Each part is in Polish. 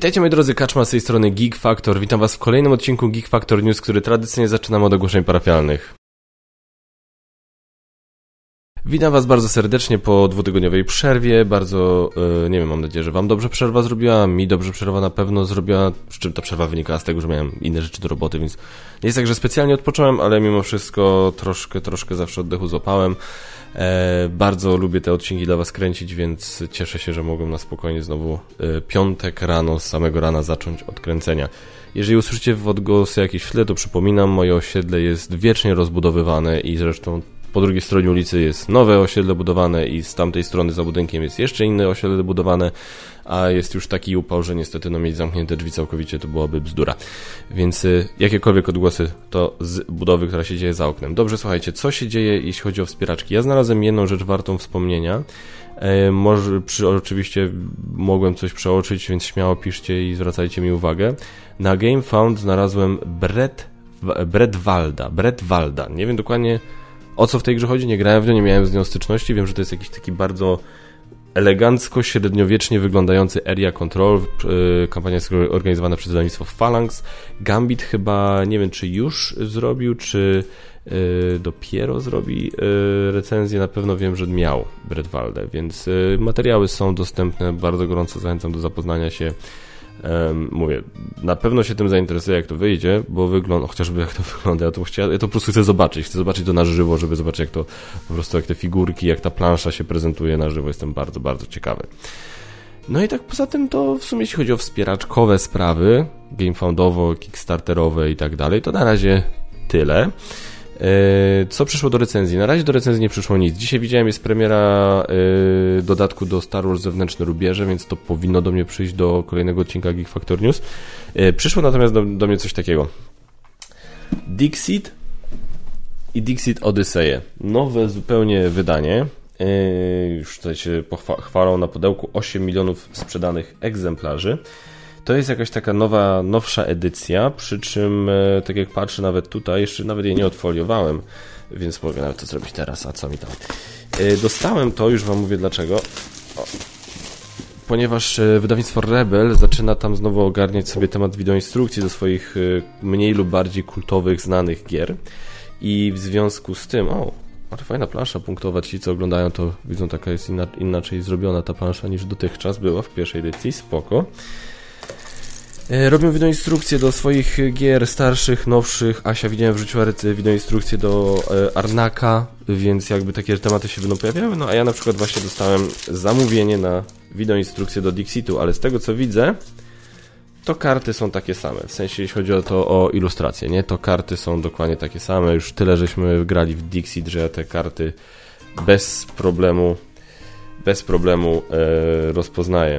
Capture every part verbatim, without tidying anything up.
Witajcie moi drodzy, Kaczma z tej strony Geek Factor. Witam was w kolejnym odcinku Geek Factor News, który tradycyjnie zaczynamy od ogłoszeń parafialnych. Witam was bardzo serdecznie po dwutygodniowej przerwie, bardzo, yy, nie wiem, mam nadzieję, że wam dobrze przerwa zrobiła, mi dobrze przerwa na pewno zrobiła, z czym ta przerwa wynikała z tego, że miałem inne rzeczy do roboty, więc nie jest tak, że specjalnie odpocząłem, ale mimo wszystko troszkę, troszkę zawsze oddechu złapałem. E, bardzo lubię te odcinki dla was kręcić, więc cieszę się, że mogłem na spokojnie znowu e, piątek rano, z samego rana zacząć od kręcenia. Jeżeli usłyszycie w odgłosy jakieś w tle, to przypominam, moje osiedle jest wiecznie rozbudowywane i zresztą po drugiej stronie ulicy jest nowe osiedle budowane i z tamtej strony za budynkiem jest jeszcze inne osiedle budowane, a jest już taki upał, że niestety no mieć zamknięte drzwi całkowicie to byłaby bzdura. Więc y, jakiekolwiek odgłosy to z budowy, która się dzieje za oknem. Dobrze, słuchajcie, co się dzieje jeśli chodzi o wspieraczki? Ja znalazłem jedną rzecz wartą wspomnienia. E, może przy, oczywiście mogłem coś przeoczyć, więc śmiało piszcie i zwracajcie mi uwagę. Na GameFound znalazłem Brett, Brettwalda, Brettwalda. Nie wiem dokładnie o co w tej grze chodzi, nie grałem w nią, nie miałem z nią styczności. Wiem, że to jest jakiś taki bardzo elegancko, średniowiecznie wyglądający Area Control. Yy, kampania jest organizowana przez wydawnictwo Phalanx. Gambit chyba, nie wiem czy już zrobił, czy yy, dopiero zrobi yy, recenzję. Na pewno wiem, że miał Brettwaldę, więc yy, materiały są dostępne. Bardzo gorąco zachęcam do zapoznania się. Um, mówię, na pewno się tym zainteresuję, jak to wyjdzie, bo wygląda, chociażby jak to wygląda, ja to, chcę, ja to po prostu chcę zobaczyć, chcę zobaczyć to na żywo, żeby zobaczyć jak to, po prostu jak te figurki, jak ta plansza się prezentuje na żywo, jestem bardzo, bardzo ciekawy. No i tak poza tym to w sumie jeśli chodzi o wspieraczkowe sprawy, gamefoundowo, kickstarterowe i tak dalej, to na razie tyle. Co przyszło do recenzji? Na razie do recenzji nie przyszło nic. Dzisiaj widziałem, jest premiera yy, dodatku do Star Wars Zewnętrzne Rubieże, więc to powinno do mnie przyjść do kolejnego odcinka Geek Factor News. Yy, przyszło natomiast do, do mnie coś takiego. Dixit i Dixit Odyseje. Nowe zupełnie wydanie. Yy, już tutaj się pochwalą na pudełku osiem milionów sprzedanych egzemplarzy. To jest jakaś taka nowa, nowsza edycja, przy czym, e, tak jak patrzę nawet tutaj, jeszcze nawet jej nie odfoliowałem, więc mogę nawet to zrobić teraz, a co mi tam. E, dostałem to, już wam mówię dlaczego, o, ponieważ e, wydawnictwo Rebel zaczyna tam znowu ogarniać sobie temat wideoinstrukcji do swoich e, mniej lub bardziej kultowych, znanych gier i w związku z tym, o, ale fajna plansza punktowa, ci co oglądają to widzą, taka jest inna, inaczej zrobiona ta plansza niż dotychczas była w pierwszej edycji, spoko. Robią wideoinstrukcje do swoich gier starszych, nowszych. Asia, widziałem, wrzuciła wideoinstrukcje do Arnaka, więc jakby takie tematy się będą pojawiały. No a ja na przykład właśnie dostałem zamówienie na wideoinstrukcję do Dixitu, ale z tego co widzę, to karty są takie same. W sensie jeśli chodzi o to o ilustrację, nie? To karty są dokładnie takie same. Już tyle żeśmy grali w Dixit, że ja te karty bez problemu bez problemu e, rozpoznaję.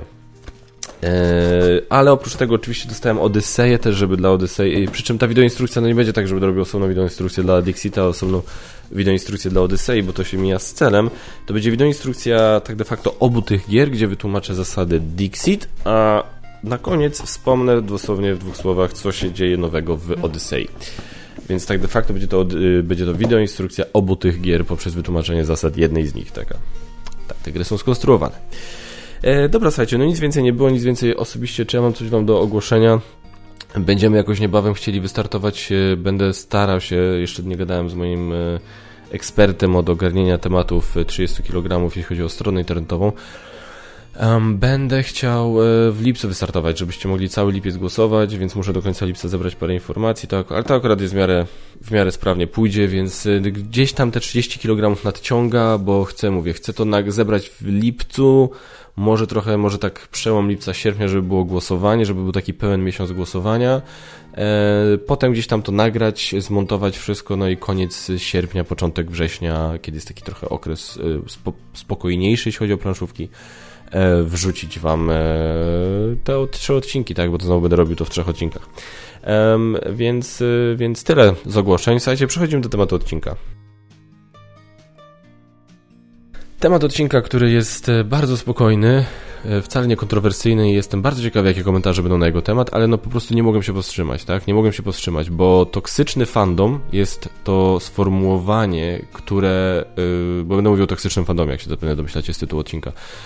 Ale oprócz tego oczywiście dostałem Odyseję też, żeby dla Odysei, przy czym ta wideoinstrukcja no nie będzie tak, żeby robił osobną wideoinstrukcję dla Dixita, osobną wideoinstrukcję dla Odysei, bo to się mija z celem. To będzie wideoinstrukcja tak de facto obu tych gier, gdzie wytłumaczę zasady Dixit, a na koniec wspomnę dosłownie w dwóch słowach, co się dzieje nowego w Odysei. Więc tak de facto będzie to, będzie to wideoinstrukcja obu tych gier poprzez wytłumaczenie zasad jednej z nich. Taka. Tak, te gry są skonstruowane. E, dobra, słuchajcie, no nic więcej nie było, nic więcej osobiście, czy ja mam coś wam do ogłoszenia. Będziemy jakoś niebawem chcieli wystartować, e, będę starał się, jeszcze nie gadałem z moim e, ekspertem od ogarnienia tematów trzydzieści kilogramów, jeśli chodzi o stronę internetową. Um, będę chciał e, w lipcu wystartować, żebyście mogli cały lipiec głosować, więc muszę do końca lipca zebrać parę informacji, tak, ale to akurat jest w miarę, w miarę sprawnie pójdzie, więc e, gdzieś tam te trzydzieści kilogramów nadciąga, bo chcę, mówię, chcę to na, zebrać w lipcu, może trochę, może tak przełom lipca, sierpnia, żeby było głosowanie, żeby był taki pełen miesiąc głosowania, e, potem gdzieś tam to nagrać, zmontować wszystko, no i koniec sierpnia, początek września, kiedy jest taki trochę okres e, spo, spokojniejszy, jeśli chodzi o planszówki, e, wrzucić wam e, te trzy odcinki, tak, bo to znowu będę robił to w trzech odcinkach. E, więc, e, więc tyle z ogłoszeń. Słuchajcie, przechodzimy do tematu odcinka. Temat odcinka, który jest bardzo spokojny, wcale nie kontrowersyjny i jestem bardzo ciekawy, jakie komentarze będą na jego temat, ale no po prostu nie mogłem się powstrzymać, tak? Nie mogłem się powstrzymać, bo toksyczny fandom jest to sformułowanie, które, yy, bo będę mówił o toksycznym fandomie, jak się zapewne domyślacie z tytułu odcinka.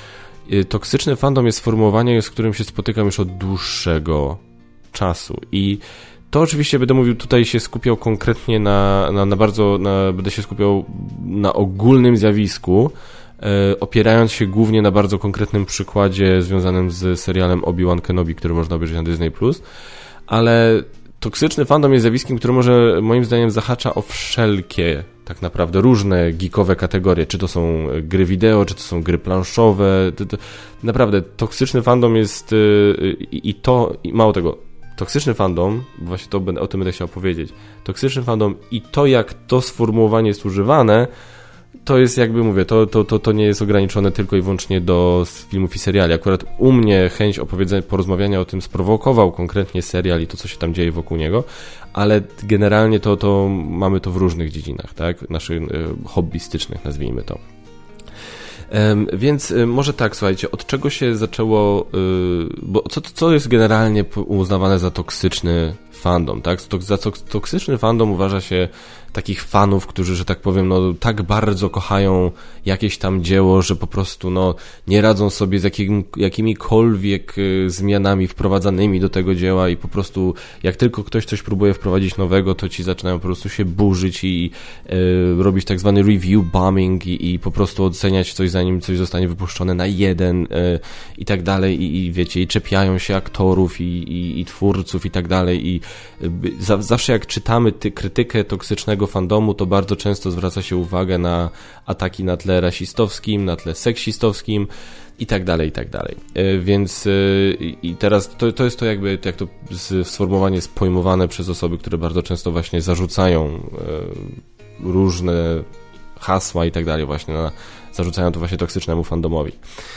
toksyczny fandom jest sformułowanie, z którym się spotykam już od dłuższego czasu i to oczywiście będę mówił, tutaj się skupiał konkretnie na, na, na bardzo, na, będę się skupiał na ogólnym zjawisku, e, opierając się głównie na bardzo konkretnym przykładzie związanym z serialem Obi-Wan Kenobi, który można obejrzeć na Disney plus, ale toksyczny fandom jest zjawiskiem, które może moim zdaniem zahacza o wszelkie tak naprawdę różne geekowe kategorie, czy to są gry wideo, czy to są gry planszowe, to, to, naprawdę toksyczny fandom jest yy, i to, i mało tego, toksyczny fandom, właśnie to, o tym będę chciał powiedzieć, toksyczny fandom i to, jak to sformułowanie jest używane, to jest jakby mówię, to, to, to, to nie jest ograniczone tylko i wyłącznie do filmów i seriali. Akurat u mnie chęć opowiedzenia, porozmawiania o tym sprowokował konkretnie serial i to, co się tam dzieje wokół niego, ale generalnie to, to mamy to w różnych dziedzinach, tak, naszych y, hobbystycznych, nazwijmy to. Um, więc y, może tak, słuchajcie, od czego się zaczęło, y, bo co, co jest generalnie uznawane za toksyczny fandom, tak? Za toksyczny fandom uważa się takich fanów, którzy, że tak powiem, no tak bardzo kochają jakieś tam dzieło, że po prostu no nie radzą sobie z jakim, jakimikolwiek y, zmianami wprowadzanymi do tego dzieła i po prostu jak tylko ktoś coś próbuje wprowadzić nowego, to ci zaczynają po prostu się burzyć i y, robić tak zwany review bombing i, i po prostu oceniać coś, zanim coś zostanie wypuszczone na jeden y, i tak dalej i, i wiecie, i czepiają się aktorów i, i, i twórców i tak dalej i y, za, zawsze jak czytamy ty, krytykę toksycznego fandomu, to bardzo często zwraca się uwagę na ataki na tle rasistowskim, na tle seksistowskim i tak dalej, i tak dalej. Więc i teraz to, to jest to jakby, jak to sformułowanie jest pojmowane przez osoby, które bardzo często właśnie zarzucają różne hasła i tak dalej właśnie, na, zarzucają to właśnie toksycznemu fandomowi.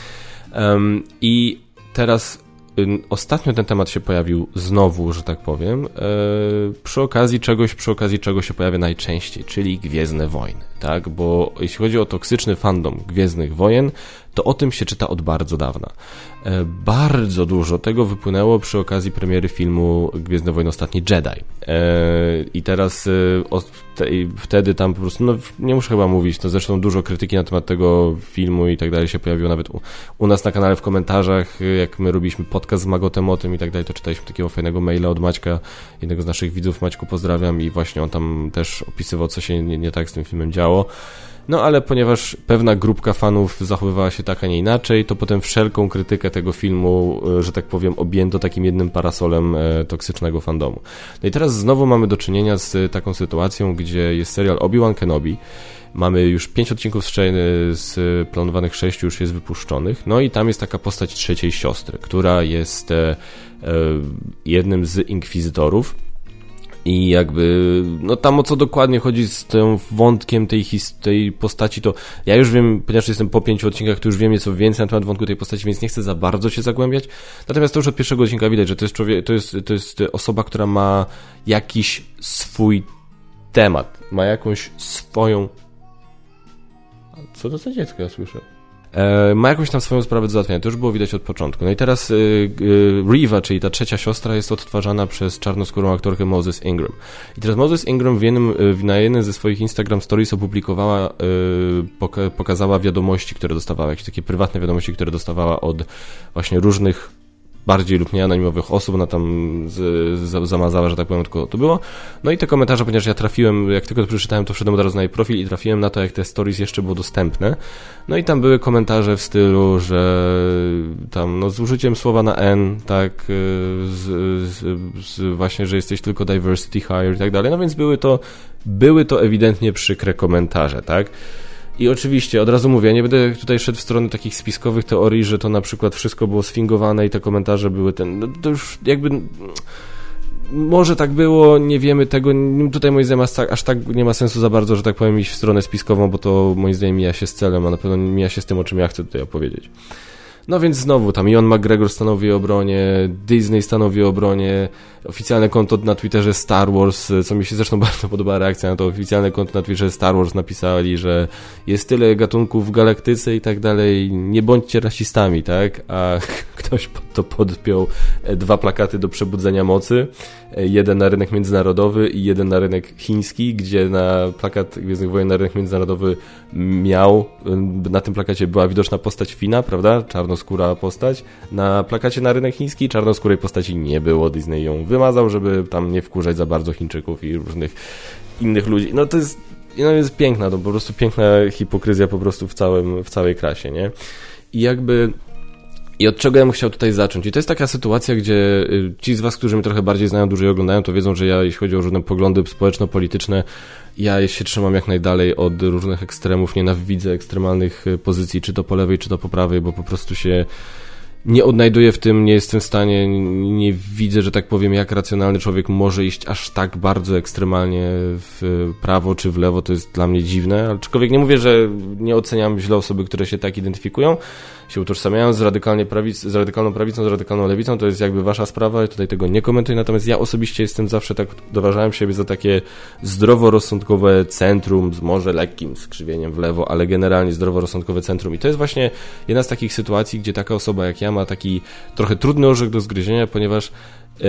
I teraz ostatnio ten temat się pojawił znowu, że tak powiem, przy okazji czegoś, przy okazji czego się pojawia najczęściej, czyli Gwiezdne Wojny, tak? Bo jeśli chodzi o toksyczny fandom Gwiezdnych Wojen, to o tym się czyta od bardzo dawna. Bardzo dużo tego wypłynęło przy okazji premiery filmu Gwiezdne Wojny Ostatni Jedi. I teraz wtedy tam po prostu, no nie muszę chyba mówić, to zresztą dużo krytyki na temat tego filmu i tak dalej się pojawiło nawet u, u nas na kanale w komentarzach, jak my robiliśmy podcast z Magotem o tym i tak dalej, to czytaliśmy takiego fajnego maila od Maćka, jednego z naszych widzów. Maćku, pozdrawiam, i właśnie on tam też opisywał, co się nie, nie tak z tym filmem działo. No ale ponieważ pewna grupka fanów zachowywała się tak, a nie inaczej, to potem wszelką krytykę tego filmu, że tak powiem, objęto takim jednym parasolem e, toksycznego fandomu. No i teraz znowu mamy do czynienia z taką sytuacją, gdzie jest serial Obi-Wan Kenobi. Mamy już pięć odcinków z, z planowanych sześciu już jest wypuszczonych. No i tam jest taka postać trzeciej siostry, która jest e, e, jednym z inkwizytorów. I jakby, no tam o co dokładnie chodzi z tym wątkiem tej, his- tej postaci, to ja już wiem, ponieważ jestem po pięciu odcinkach, to już wiem nieco więcej na temat wątku tej postaci, więc nie chcę za bardzo się zagłębiać. Natomiast to już od pierwszego odcinka widać, że to jest człowiek, to jest, to jest osoba, która ma jakiś swój temat, ma jakąś swoją... Co to za dziecko ja słyszę? E, ma jakąś tam swoją sprawę do załatwienia, to już było widać od początku. No i teraz y, y, Reva, czyli ta trzecia siostra, jest odtwarzana przez czarnoskórą aktorkę Moses Ingram. I teraz Moses Ingram w jednym, y, na jednym ze swoich Instagram Stories opublikowała, y, poka- pokazała wiadomości, które dostawała, jakieś takie prywatne wiadomości, które dostawała od właśnie różnych bardziej lub mniej anonimowych osób, ona tam z, z, zamazała, że tak powiem, tylko to było. No i te komentarze, ponieważ ja trafiłem, jak tylko to przeczytałem, to wszedłem od razu na jej profil i trafiłem na to, jak te stories jeszcze było dostępne. No i tam były komentarze w stylu, że tam, no z użyciem słowa na N, tak, z, z, z właśnie, że jesteś tylko diversity hire i tak dalej. No więc były to, były to ewidentnie przykre komentarze, tak. I oczywiście, od razu mówię, ja nie będę tutaj szedł w stronę takich spiskowych teorii, że to na przykład wszystko było sfingowane i te komentarze były ten... No to już jakby... Może tak było, nie wiemy tego, tutaj moim zdaniem aż tak nie ma sensu za bardzo, że tak powiem, iść w stronę spiskową, bo to moim zdaniem mija się z celem, a na pewno mija się z tym, o czym ja chcę tutaj opowiedzieć. No więc znowu, tam Ewan McGregor stanowi o obronie, Disney stanowi o obronie, oficjalne konto na Twitterze Star Wars, co mi się zresztą bardzo podoba reakcja na to, oficjalne konto na Twitterze Star Wars napisali, że jest tyle gatunków w galaktyce i tak dalej, nie bądźcie rasistami, tak? A ktoś pod to podpiął dwa plakaty do przebudzenia mocy, jeden na rynek międzynarodowy i jeden na rynek chiński, gdzie na plakat Gwiezdnych Wojen na rynek międzynarodowy miał, na tym plakacie była widoczna postać Fina, prawda? Czarno czarnoskóra postać. Na plakacie na rynek chiński czarnoskórej postaci nie było. Disney ją wymazał, żeby tam nie wkurzać za bardzo Chińczyków i różnych innych ludzi. No to jest, no jest piękna, to po prostu piękna hipokryzja po prostu w całym, w całej krasie, nie? I jakby... I od czego ja bym chciał tutaj zacząć? I to jest taka sytuacja, gdzie ci z was, którzy mnie trochę bardziej znają, dłużej oglądają, to wiedzą, że ja, jeśli chodzi o różne poglądy społeczno-polityczne, ja się trzymam jak najdalej od różnych ekstremów, nienawidzę ekstremalnych pozycji, czy to po lewej, czy to po prawej, bo po prostu się nie odnajduję w tym, nie jestem w stanie, nie widzę, że tak powiem, jak racjonalny człowiek może iść aż tak bardzo ekstremalnie w prawo czy w lewo, to jest dla mnie dziwne, aczkolwiek nie mówię, że nie oceniam źle osoby, które się tak identyfikują, się utożsamiają z, radykalnie prawic, z radykalną prawicą, z radykalną lewicą, to jest jakby wasza sprawa, ja tutaj tego nie komentuję, natomiast ja osobiście jestem zawsze tak, uważałem siebie za takie zdroworozsądkowe centrum z może lekkim skrzywieniem w lewo, ale generalnie zdroworozsądkowe centrum i to jest właśnie jedna z takich sytuacji, gdzie taka osoba jak ja ma taki trochę trudny orzech do zgryzienia, ponieważ yy,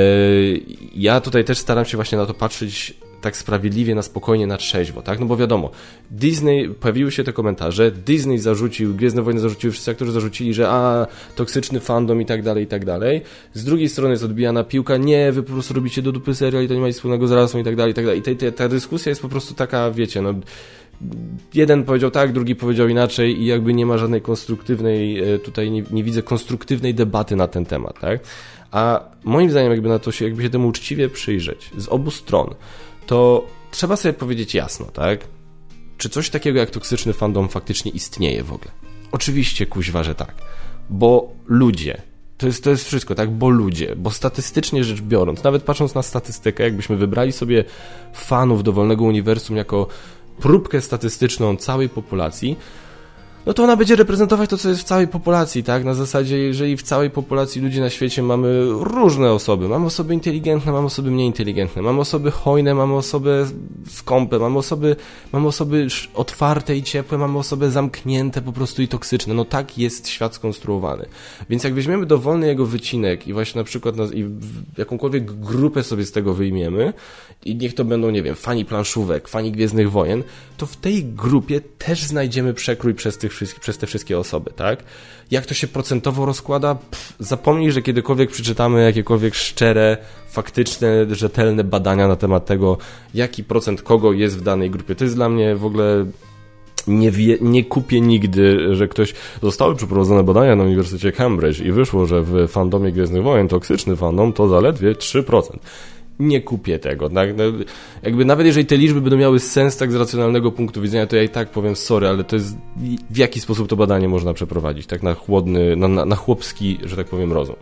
ja tutaj też staram się właśnie na to patrzeć tak sprawiedliwie, na spokojnie, na trzeźwo, tak? No bo wiadomo, Disney, pojawiły się te komentarze, Disney zarzucił, Gwiezdne Wojny zarzuciły, wszyscy aktorzy zarzucili, że a, toksyczny fandom i tak dalej, i tak dalej. Z drugiej strony jest odbijana piłka, nie, wy po prostu robicie do dupy serial i to nie ma nic wspólnego z rasą i tak dalej, i tak dalej. I te, te, ta dyskusja jest po prostu taka, wiecie, no... Jeden powiedział tak, drugi powiedział inaczej i jakby nie ma żadnej konstruktywnej, tutaj nie, nie widzę konstruktywnej debaty na ten temat, tak? A moim zdaniem jakby na to się, jakby się temu uczciwie przyjrzeć, z obu stron, to trzeba sobie powiedzieć jasno, tak? Czy coś takiego jak toksyczny fandom faktycznie istnieje w ogóle? Oczywiście, kuźwa, że tak. Bo ludzie, to jest, to jest wszystko, tak? Bo ludzie, bo statystycznie rzecz biorąc, nawet patrząc na statystykę, jakbyśmy wybrali sobie fanów dowolnego uniwersum jako próbkę statystyczną całej populacji, no to ona będzie reprezentować to, co jest w całej populacji, tak? Na zasadzie, jeżeli w całej populacji ludzi na świecie mamy różne osoby, mamy osoby inteligentne, mamy osoby mniej inteligentne, mamy osoby hojne, mamy osoby skąpe, mamy osoby, mamy osoby otwarte i ciepłe, mamy osoby zamknięte po prostu i toksyczne. No tak jest świat skonstruowany. Więc jak weźmiemy dowolny jego wycinek i właśnie na przykład na, i jakąkolwiek grupę sobie z tego wyjmiemy i niech to będą, nie wiem, fani planszówek, fani Gwiezdnych Wojen, to w tej grupie też znajdziemy przekrój przez tych przez te wszystkie osoby, tak? Jak to się procentowo rozkłada? Pff, zapomnij, że kiedykolwiek przeczytamy jakiekolwiek szczere, faktyczne, rzetelne badania na temat tego, jaki procent kogo jest w danej grupie. To jest dla mnie w ogóle... Nie, wie, nie kupię nigdy, że ktoś... Zostały przeprowadzone badania na Uniwersytecie Cambridge i wyszło, że w fandomie Gwiezdnych Wojen toksyczny fandom to zaledwie trzy procent. Nie kupię tego. Tak? Jakby nawet jeżeli te liczby będą miały sens tak z racjonalnego punktu widzenia, to ja i tak powiem sorry, ale to jest w jaki sposób to badanie można przeprowadzić, tak na chłodny, na, na, na chłopski, że tak powiem, rozum.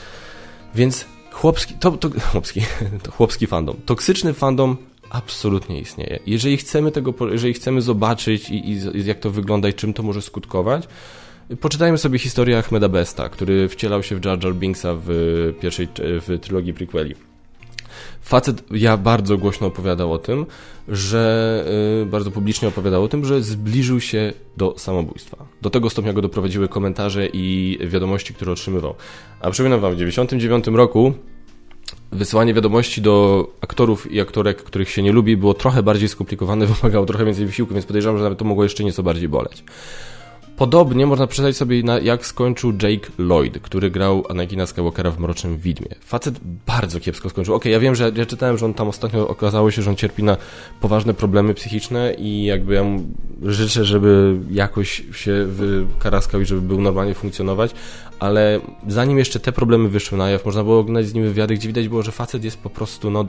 Więc chłopski, to, to, chłopski, to chłopski fandom. Toksyczny fandom absolutnie istnieje. Jeżeli chcemy tego, jeżeli chcemy zobaczyć i, i jak to wygląda i czym to może skutkować, poczytajmy sobie historię Ahmeda Besta, który wcielał się w Jar Jar Binksa w pierwszej, w trylogii prequeli. Facet, ja bardzo głośno opowiadał o tym, że yy, bardzo publicznie opowiadał o tym, że zbliżył się do samobójstwa. Do tego stopnia go doprowadziły komentarze i wiadomości, które otrzymywał. A przypominam wam, w dziewięćdziesiątym dziewiątym roku wysyłanie wiadomości do aktorów i aktorek, których się nie lubi, było trochę bardziej skomplikowane, wymagało trochę więcej wysiłku, więc podejrzewam, że nawet to mogło jeszcze nieco bardziej boleć. Podobnie można przeczytać sobie, na, jak skończył Jake Lloyd, który grał Anakina Skywalkera w Mrocznym Widmie. Facet bardzo kiepsko skończył. Okej, okay, ja wiem, że ja czytałem, że on tam ostatnio okazało się, że on cierpi na poważne problemy psychiczne i jakby ja mu życzę, żeby jakoś się wykaraskał i żeby był normalnie funkcjonować, ale zanim jeszcze te problemy wyszły na jaw, można było oglądać z nim wywiady, gdzie widać było, że facet jest po prostu, no...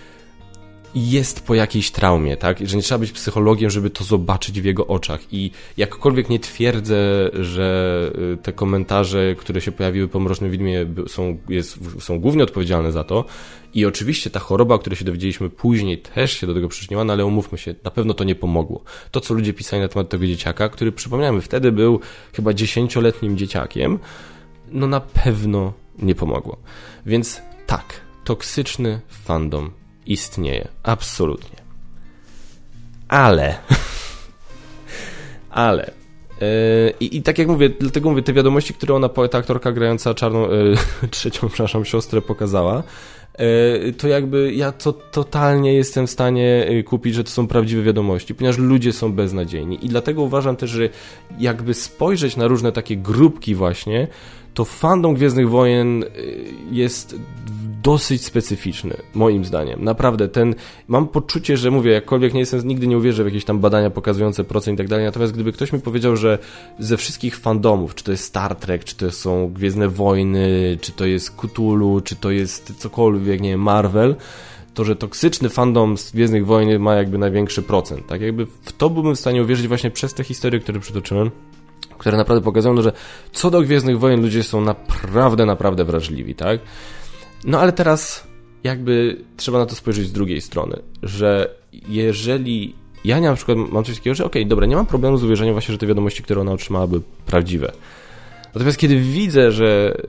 jest po jakiejś traumie, tak? Że nie trzeba być psychologiem, żeby to zobaczyć w jego oczach i jakkolwiek nie twierdzę, że te komentarze, które się pojawiły po Mrocznym Widmie są, jest, są głównie odpowiedzialne za to i oczywiście ta choroba, o której się dowiedzieliśmy później też się do tego przyczyniła, no ale umówmy się, na pewno to nie pomogło. To, co ludzie pisali na temat tego dzieciaka, który przypomniałem, wtedy był chyba dziesięcioletnim dzieciakiem, no na pewno nie pomogło. Więc tak, toksyczny fandom istnieje. Absolutnie. Ale ale I, I tak jak mówię, dlatego mówię, te wiadomości, które ona, ta aktorka grająca czarną, trzecią, przepraszam, siostrę pokazała, to jakby ja to totalnie jestem w stanie kupić, że to są prawdziwe wiadomości, ponieważ ludzie są beznadziejni i dlatego uważam też, że jakby spojrzeć na różne takie grupki właśnie, to fandom Gwiezdnych Wojen jest dosyć specyficzny, moim zdaniem. Naprawdę, ten, mam poczucie, że mówię, jakkolwiek nie jestem, nigdy nie uwierzę w jakieś tam badania pokazujące procent i tak dalej, natomiast gdyby ktoś mi powiedział, że ze wszystkich fandomów, czy to jest Star Trek, czy to są Gwiezdne Wojny, czy to jest Cthulhu, czy to jest cokolwiek, nie wiem, Marvel, to, że toksyczny fandom z Gwiezdnych Wojen ma jakby największy procent, tak? Jakby w to byłbym w stanie uwierzyć właśnie przez te historie, które przytoczyłem, które naprawdę pokazują, no, że co do Gwiezdnych Wojen ludzie są naprawdę, naprawdę wrażliwi, tak? No ale teraz jakby trzeba na to spojrzeć z drugiej strony, że jeżeli ja na przykład mam coś takiego, że okej, okay, dobra, nie mam problemu z uwierzeniem właśnie, że te wiadomości, które ona otrzymała, były prawdziwe. Natomiast kiedy widzę, że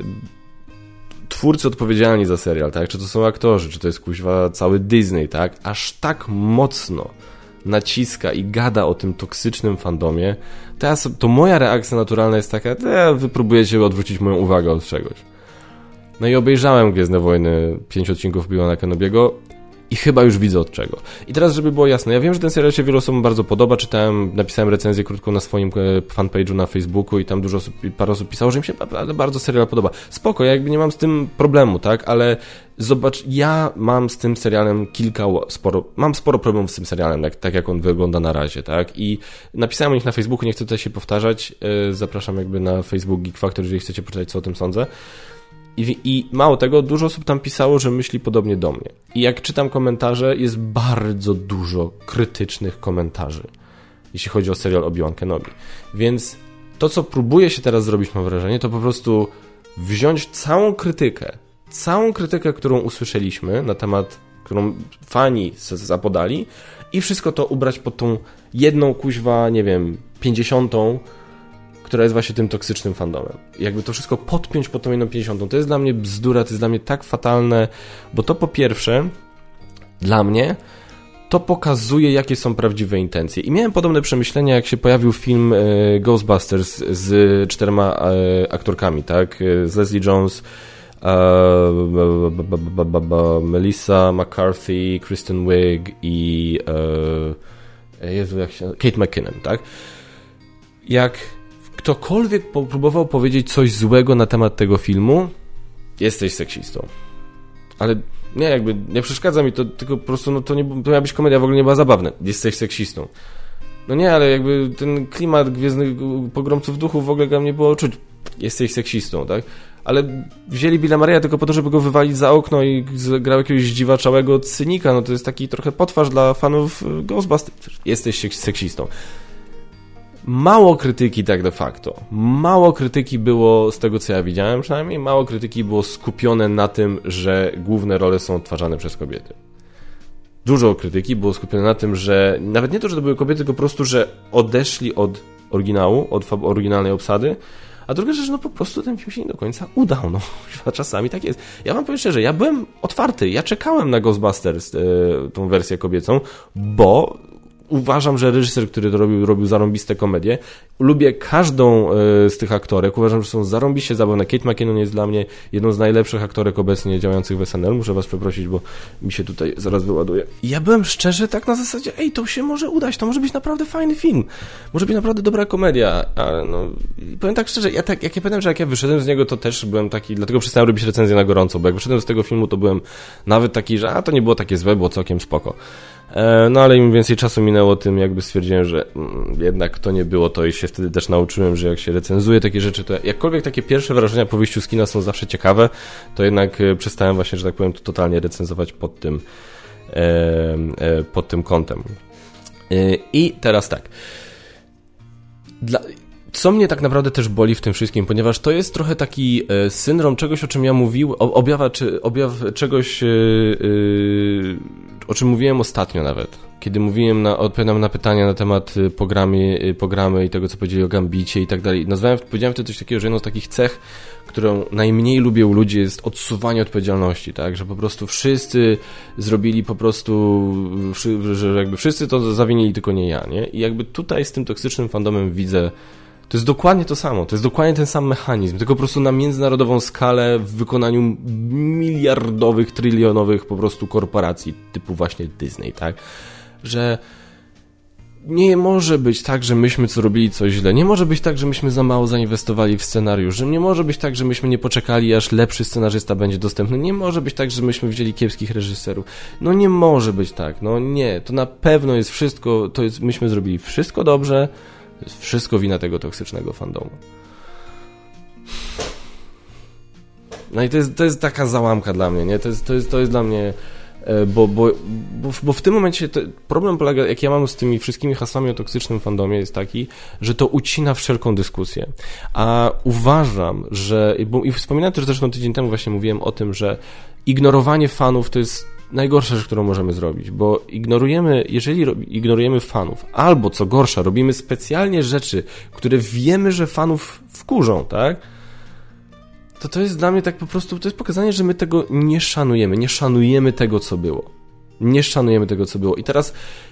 twórcy odpowiedzialni za serial, tak, czy to są aktorzy, czy to jest kuźwa cały Disney, tak, aż tak mocno naciska i gada o tym toksycznym fandomie, teraz to moja reakcja naturalna jest taka, e, wy próbujecie odwrócić moją uwagę od czegoś. No i obejrzałem Gwiezdne Wojny, pięć odcinków Obi-Wana Kenobiego i chyba już widzę od czego. I teraz, żeby było jasne, ja wiem, że ten serial się wielu osobom bardzo podoba, czytałem, napisałem recenzję krótką na swoim fanpage'u na Facebooku i tam dużo osób, parę osób pisało, że im się naprawdę bardzo serial podoba. Spoko, ja jakby nie mam z tym problemu, tak, ale zobacz, ja mam z tym serialem kilka, sporo, mam sporo problemów z tym serialem, tak, tak jak on wygląda na razie, tak, i napisałem o nich na Facebooku, nie chcę tutaj się powtarzać, zapraszam jakby na Facebook Geek Factor, jeżeli chcecie poczytać, co o tym sądzę. I, I mało tego, dużo osób tam pisało, że myśli podobnie do mnie. I jak czytam komentarze, jest bardzo dużo krytycznych komentarzy, jeśli chodzi o serial Obi-Wan Kenobi. Więc to, co próbuję się teraz zrobić, mam wrażenie, to po prostu wziąć całą krytykę, całą krytykę, którą usłyszeliśmy na temat, którą fani zapodali i wszystko to ubrać pod tą jedną kuźwa, nie wiem, pięćdziesiątą, która jest właśnie tym toksycznym fandomem. Jakby to wszystko podpiąć pod tą jedną pięćdziesiątą. To jest dla mnie bzdura, to jest dla mnie tak fatalne, bo to po pierwsze, dla mnie, to pokazuje, jakie są prawdziwe intencje. I miałem podobne przemyślenia, jak się pojawił film e, Ghostbusters z czterema e, aktorkami, tak? Z Leslie Jones, e, b, b, b, b, b, Melissa McCarthy, Kristen Wiig i e, Jezu, jak się, Kate McKinnon, tak? Jak ktokolwiek próbował powiedzieć coś złego na temat tego filmu, jesteś seksistą. Ale nie, jakby nie przeszkadza mi to, tylko po prostu no to, nie, to miała być komedia, w ogóle nie była zabawna. Jesteś seksistą. No nie, ale jakby ten klimat Gwiezdnych Pogromców Duchów w ogóle dla mnie było czuć. Jesteś seksistą, tak? Ale wzięli Billa Murraya tylko po to, żeby go wywalić za okno i grał jakiegoś zdziwaczałego cynika. No to jest taki trochę potwarz dla fanów Ghostbusters. Jesteś seksistą. Mało krytyki tak de facto. Mało krytyki było, z tego co ja widziałem przynajmniej, mało krytyki było skupione na tym, że główne role są odtwarzane przez kobiety. Dużo krytyki było skupione na tym, że nawet nie to, że to były kobiety, tylko po prostu, że odeszli od oryginału, od oryginalnej obsady, a druga rzecz, no po prostu ten film się nie do końca udał, no czasami tak jest. Ja wam powiem szczerze, ja byłem otwarty, ja czekałem na Ghostbusters, e, tą wersję kobiecą, bo uważam, że reżyser, który to robił, robił zarąbiste komedie. Lubię każdą y, z tych aktorek. Uważam, że są zarąbiście zabawne. Kate McKinnon jest dla mnie jedną z najlepszych aktorek obecnie działających w S N L. Muszę was przeprosić, bo mi się tutaj zaraz wyładuje. I ja byłem szczerze tak na zasadzie, ej, to się może udać, to może być naprawdę fajny film. Może być naprawdę dobra komedia. Ale no, powiem tak szczerze, ja tak, jak ja pamiętam, że jak ja wyszedłem z niego, to też byłem taki, dlatego przestałem robić recenzję na gorąco, bo jak wyszedłem z tego filmu, to byłem nawet taki, że a, to nie było takie złe, było całkiem spoko. No ale im więcej czasu minęło, tym jakby stwierdziłem, że mm, jednak to nie było to i się wtedy też nauczyłem, że jak się recenzuje takie rzeczy, to jakkolwiek takie pierwsze wrażenia po wyjściu z kina są zawsze ciekawe, to jednak e, przestałem właśnie, że tak powiem, to totalnie recenzować pod tym e, e, pod tym kątem. E, I teraz tak. Dla... Co mnie tak naprawdę też boli w tym wszystkim, ponieważ to jest trochę taki e, syndrom czegoś, o czym ja mówiłem, objawa, czy, objaw czegoś, e, e, o czym mówiłem ostatnio nawet, kiedy mówiłem, na, odpowiadam na pytania na temat programy, programy i tego, co powiedzieli o Gambicie i tak dalej. Nazwałem, powiedziałem wtedy coś takiego, że jedną z takich cech, którą najmniej lubię u ludzi, jest odsuwanie odpowiedzialności, tak, że po prostu wszyscy zrobili po prostu, że jakby wszyscy to zawinili, tylko nie ja, nie? I jakby tutaj z tym toksycznym fandomem widzę To jest dokładnie to samo, to jest dokładnie ten sam mechanizm, tylko po prostu na międzynarodową skalę w wykonaniu miliardowych, trylionowych po prostu korporacji typu właśnie Disney, tak? Że nie może być tak, że myśmy co robili coś źle, nie może być tak, że myśmy za mało zainwestowali w scenariusz, że nie może być tak, że myśmy nie poczekali, aż lepszy scenarzysta będzie dostępny, nie może być tak, że myśmy wzięli kiepskich reżyserów, no nie może być tak, no nie, to na pewno jest wszystko, to jest, myśmy zrobili wszystko dobrze, to jest wszystko wina tego toksycznego fandomu. No i to jest, to jest taka załamka dla mnie, nie? To jest, to jest, to jest dla mnie... Bo, bo, bo, bo w tym momencie to, problem polega, jak ja mam z tymi wszystkimi hasłami o toksycznym fandomie, jest taki, że to ucina wszelką dyskusję. A uważam, że... Bo, i wspominałem też zresztą tydzień temu właśnie mówiłem o tym, że ignorowanie fanów to jest najgorsza rzecz, którą możemy zrobić, bo ignorujemy, jeżeli ignorujemy fanów, albo co gorsza, robimy specjalnie rzeczy, które wiemy, że fanów wkurzą, tak? To to jest dla mnie tak po prostu, to jest pokazanie, że my tego nie szanujemy, nie szanujemy tego, co było. Nie szanujemy tego, co było. I teraz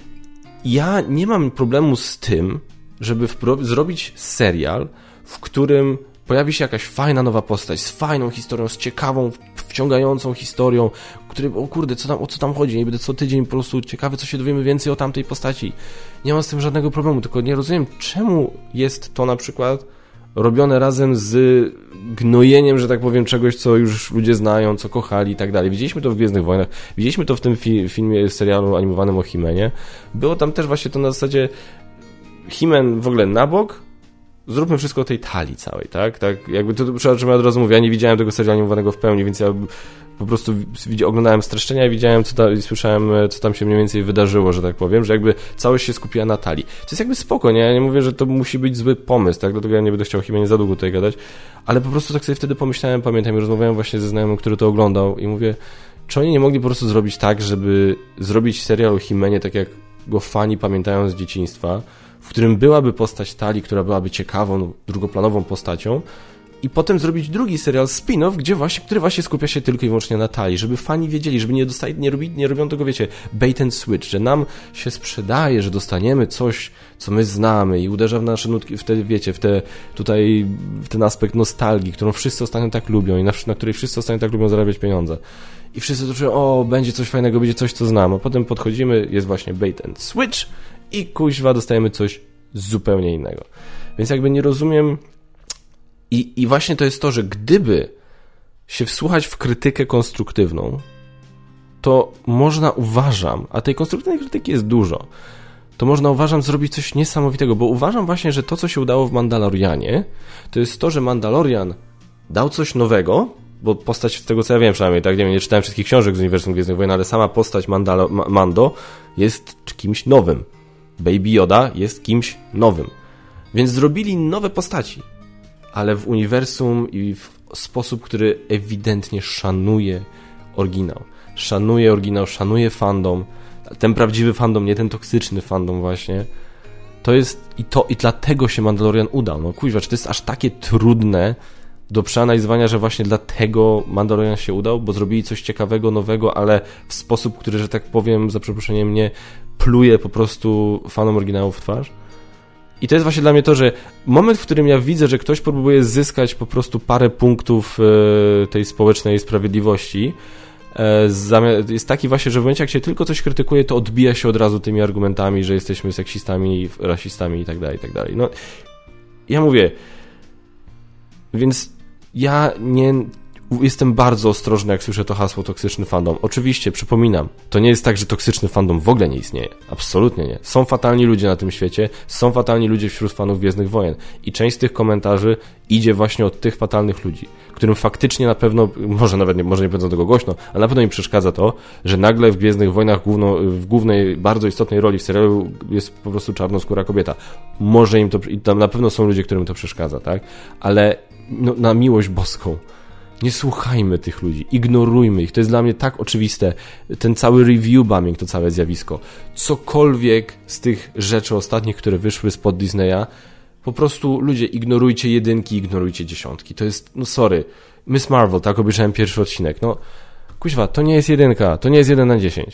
ja nie mam problemu z tym, żeby wpro- zrobić serial, w którym pojawi się jakaś fajna nowa postać, z fajną historią, z ciekawą, wciągającą historią, który, o kurde, co tam, o co tam chodzi, nie będę co tydzień po prostu ciekawy, co się dowiemy więcej o tamtej postaci. Nie mam z tym żadnego problemu, tylko nie rozumiem, czemu jest to na przykład robione razem z gnojeniem, że tak powiem, czegoś, co już ludzie znają, co kochali i tak dalej. Widzieliśmy to w Gwiezdnych Wojnach, widzieliśmy to w tym fi- filmie, serialu animowanym o He-Manie. Było tam też właśnie to na zasadzie He-Man w ogóle na bok, zróbmy wszystko o tej talii całej, tak? Tak, jakby to, przepraszam, ja od razu mówię, ja nie widziałem tego serialu animowanego w pełni, więc ja po prostu oglądałem streszczenia i widziałem, co tam, i słyszałem, co tam się mniej więcej wydarzyło, że tak powiem, że jakby całość się skupiła na talii. To jest jakby spoko, nie? Ja nie mówię, że to musi być zły pomysł, tak? Dlatego ja nie będę chciał chyba nie za długo tutaj gadać, ale po prostu tak sobie wtedy pomyślałem, pamiętam i rozmawiałem właśnie ze znajomym, który to oglądał i mówię, czy oni nie mogli po prostu zrobić tak, żeby zrobić serial o He-Manie, tak jak go fani pamiętają z dzieciństwa, w którym byłaby postać talii, która byłaby ciekawą, drugoplanową postacią, i potem zrobić drugi serial spin-off, gdzie właśnie, który właśnie skupia się tylko i wyłącznie na talii, żeby fani wiedzieli, żeby nie dostali, nie, robi, nie robią tego, wiecie, bait and switch, że nam się sprzedaje, że dostaniemy coś, co my znamy i uderza w nasze nutki, w te, wiecie, w te, tutaj, w ten aspekt nostalgii, którą wszyscy ostatnio tak lubią i na, na której wszyscy ostatnio tak lubią zarabiać pieniądze. I wszyscy to czują, o, będzie coś fajnego, będzie coś, co znam, a potem podchodzimy, jest właśnie bait and switch i kuźwa dostajemy coś zupełnie innego. Więc jakby nie rozumiem. I, I właśnie to jest to, że gdyby się wsłuchać w krytykę konstruktywną, to można, uważam, a tej konstruktywnej krytyki jest dużo, to można, uważam, zrobić coś niesamowitego, bo uważam właśnie, że to, co się udało w Mandalorianie, to jest to, że Mandalorian dał coś nowego, bo postać, z tego co ja wiem przynajmniej, tak, nie wiem, nie czytałem wszystkich książek z Uniwersum Gwiezdnych Wojen, ale sama postać Mandalo, Ma, Mando jest kimś nowym. Baby Yoda jest kimś nowym. Więc zrobili nowe postaci, ale w uniwersum i w sposób, który ewidentnie szanuje oryginał. Szanuje oryginał, szanuje fandom. Ten prawdziwy fandom, nie ten toksyczny fandom właśnie. To jest i to i dlatego się Mandalorian udał. No kuźwa, czy to jest aż takie trudne do przeanalizowania, że właśnie dlatego Mandalorian się udał, bo zrobili coś ciekawego, nowego, ale w sposób, który, że tak powiem, za przeproszeniem, nie pluje po prostu fanom oryginału w twarz. I to jest właśnie dla mnie to, że moment, w którym ja widzę, że ktoś próbuje zyskać po prostu parę punktów tej społecznej sprawiedliwości, jest taki właśnie, że w momencie, jak się tylko coś krytykuje, to odbija się od razu tymi argumentami, że jesteśmy seksistami, rasistami i tak dalej, i tak dalej. No, ja mówię, więc ja nie... Jestem bardzo ostrożny, jak słyszę to hasło toksyczny fandom. Oczywiście, przypominam, to nie jest tak, że toksyczny fandom w ogóle nie istnieje. Absolutnie nie. Są fatalni ludzie na tym świecie, są fatalni ludzie wśród fanów Gwiezdnych Wojen. I część z tych komentarzy idzie właśnie od tych fatalnych ludzi, którym faktycznie na pewno, może nawet nie, może nie powiedzą tego głośno, ale na pewno im przeszkadza to, że nagle w Gwiezdnych Wojnach główno, w głównej, bardzo istotnej roli w serialu jest po prostu czarnoskóra kobieta. Może im to, i tam na pewno są ludzie, którym to przeszkadza, tak? Ale no, na miłość boską, nie słuchajmy tych ludzi, ignorujmy ich. To jest dla mnie tak oczywiste. Ten cały review bombing, to całe zjawisko. Cokolwiek z tych rzeczy ostatnich, które wyszły spod Disneya, po prostu ludzie, ignorujcie jedynki, ignorujcie dziesiątki. To jest, no sorry, Miss Marvel, tak, obejrzałem pierwszy odcinek. No, kuźwa, to nie jest jedynka, to nie jest jeden na dziesięć.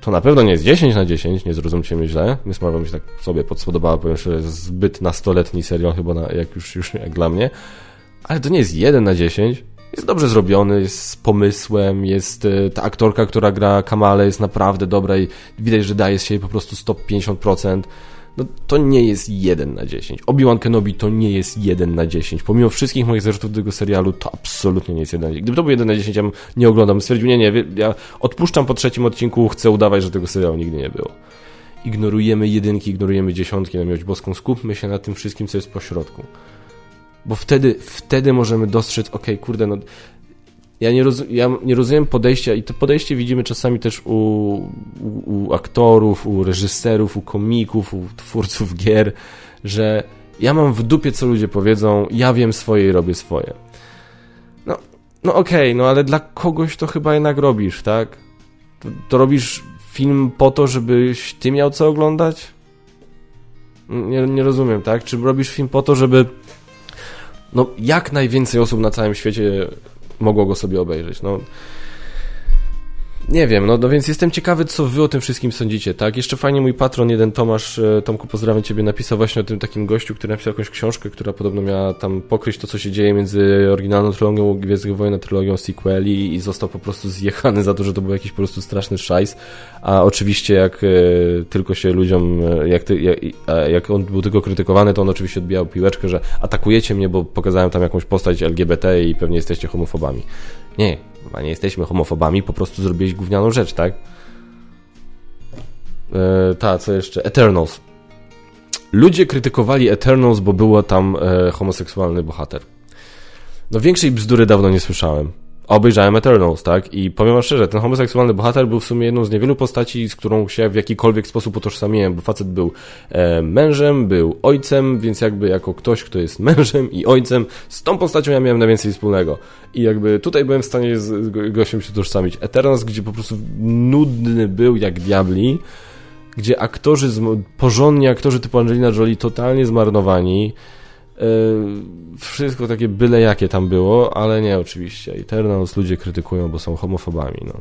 to na pewno nie jest dziesięć na dziesięć, nie zrozumcie mnie źle. Miss Marvel mi się tak sobie spodobała, powiem, że jest zbyt nastoletni serial chyba, na, jak już, już jak dla mnie. Ale to nie jest jeden na dziesięć. Jest dobrze zrobiony, jest z pomysłem, jest ta aktorka, która gra Kamale, jest naprawdę dobra i widać, że daje z siebie po prostu sto pięćdziesiąt procent. No to nie jest jeden na dziesięć. Obi-Wan Kenobi to nie jest jeden na dziesięć. Pomimo wszystkich moich zarzutów do tego serialu, to absolutnie nie jest jeden na dziesięć. Gdyby to był jeden na dziesięć, ja nie oglądam. Stwierdził, nie, nie, ja odpuszczam po trzecim odcinku, chcę udawać, że tego serialu nigdy nie było. Ignorujemy jedynki, ignorujemy dziesiątki, na miłość boską. Skupmy się na tym wszystkim, co jest pośrodku. Bo wtedy, wtedy możemy dostrzec, okej, okay, kurde, no ja nie, roz, ja nie rozumiem podejścia i to podejście widzimy czasami też u, u, u aktorów, u reżyserów, u komików, u twórców gier, że ja mam w dupie, co ludzie powiedzą, ja wiem swoje i robię swoje. No, no okej, okay, no ale dla kogoś to chyba jednak robisz, tak? To, to robisz film po to, żebyś ty miał co oglądać? Nie, nie rozumiem, tak? Czy robisz film po to, żeby no jak najwięcej osób na całym świecie mogło go sobie obejrzeć, no nie wiem, no, no więc jestem ciekawy, co wy o tym wszystkim sądzicie, tak? Jeszcze fajnie mój patron, jeden Tomasz, Tomku, pozdrawiam ciebie, napisał właśnie o tym takim gościu, który napisał jakąś książkę, która podobno miała tam pokryć to, co się dzieje między oryginalną trylogią Gwiezdnych Wojen a trylogią sequeli i został po prostu zjechany za to, że to był jakiś po prostu straszny szajs, a oczywiście jak e, tylko się ludziom, jak, ty, jak, jak on był tylko krytykowany, to on oczywiście odbijał piłeczkę, że atakujecie mnie, bo pokazałem tam jakąś postać L G B T i pewnie jesteście homofobami. Nie, chyba nie jesteśmy homofobami, po prostu zrobiłeś gównianą rzecz, tak? E, ta, co jeszcze? Eternals. Ludzie krytykowali Eternals, bo było tam e, homoseksualny bohater. No większej bzdury dawno nie słyszałem. Obejrzałem Eternals, tak? I powiem wam szczerze, ten homoseksualny bohater był w sumie jedną z niewielu postaci, z którą się w jakikolwiek sposób utożsamiłem, bo facet był e, mężem, był ojcem, więc jakby jako ktoś, kto jest mężem i ojcem, z tą postacią ja miałem najwięcej wspólnego. I jakby tutaj byłem w stanie z gościem się utożsamić. Eternals, gdzie po prostu nudny był jak diabli, gdzie aktorzy, porządni aktorzy typu Angelina Jolie totalnie zmarnowani, wszystko takie byle jakie tam było, ale nie oczywiście. Eternals ludzie krytykują, bo są homofobami, no.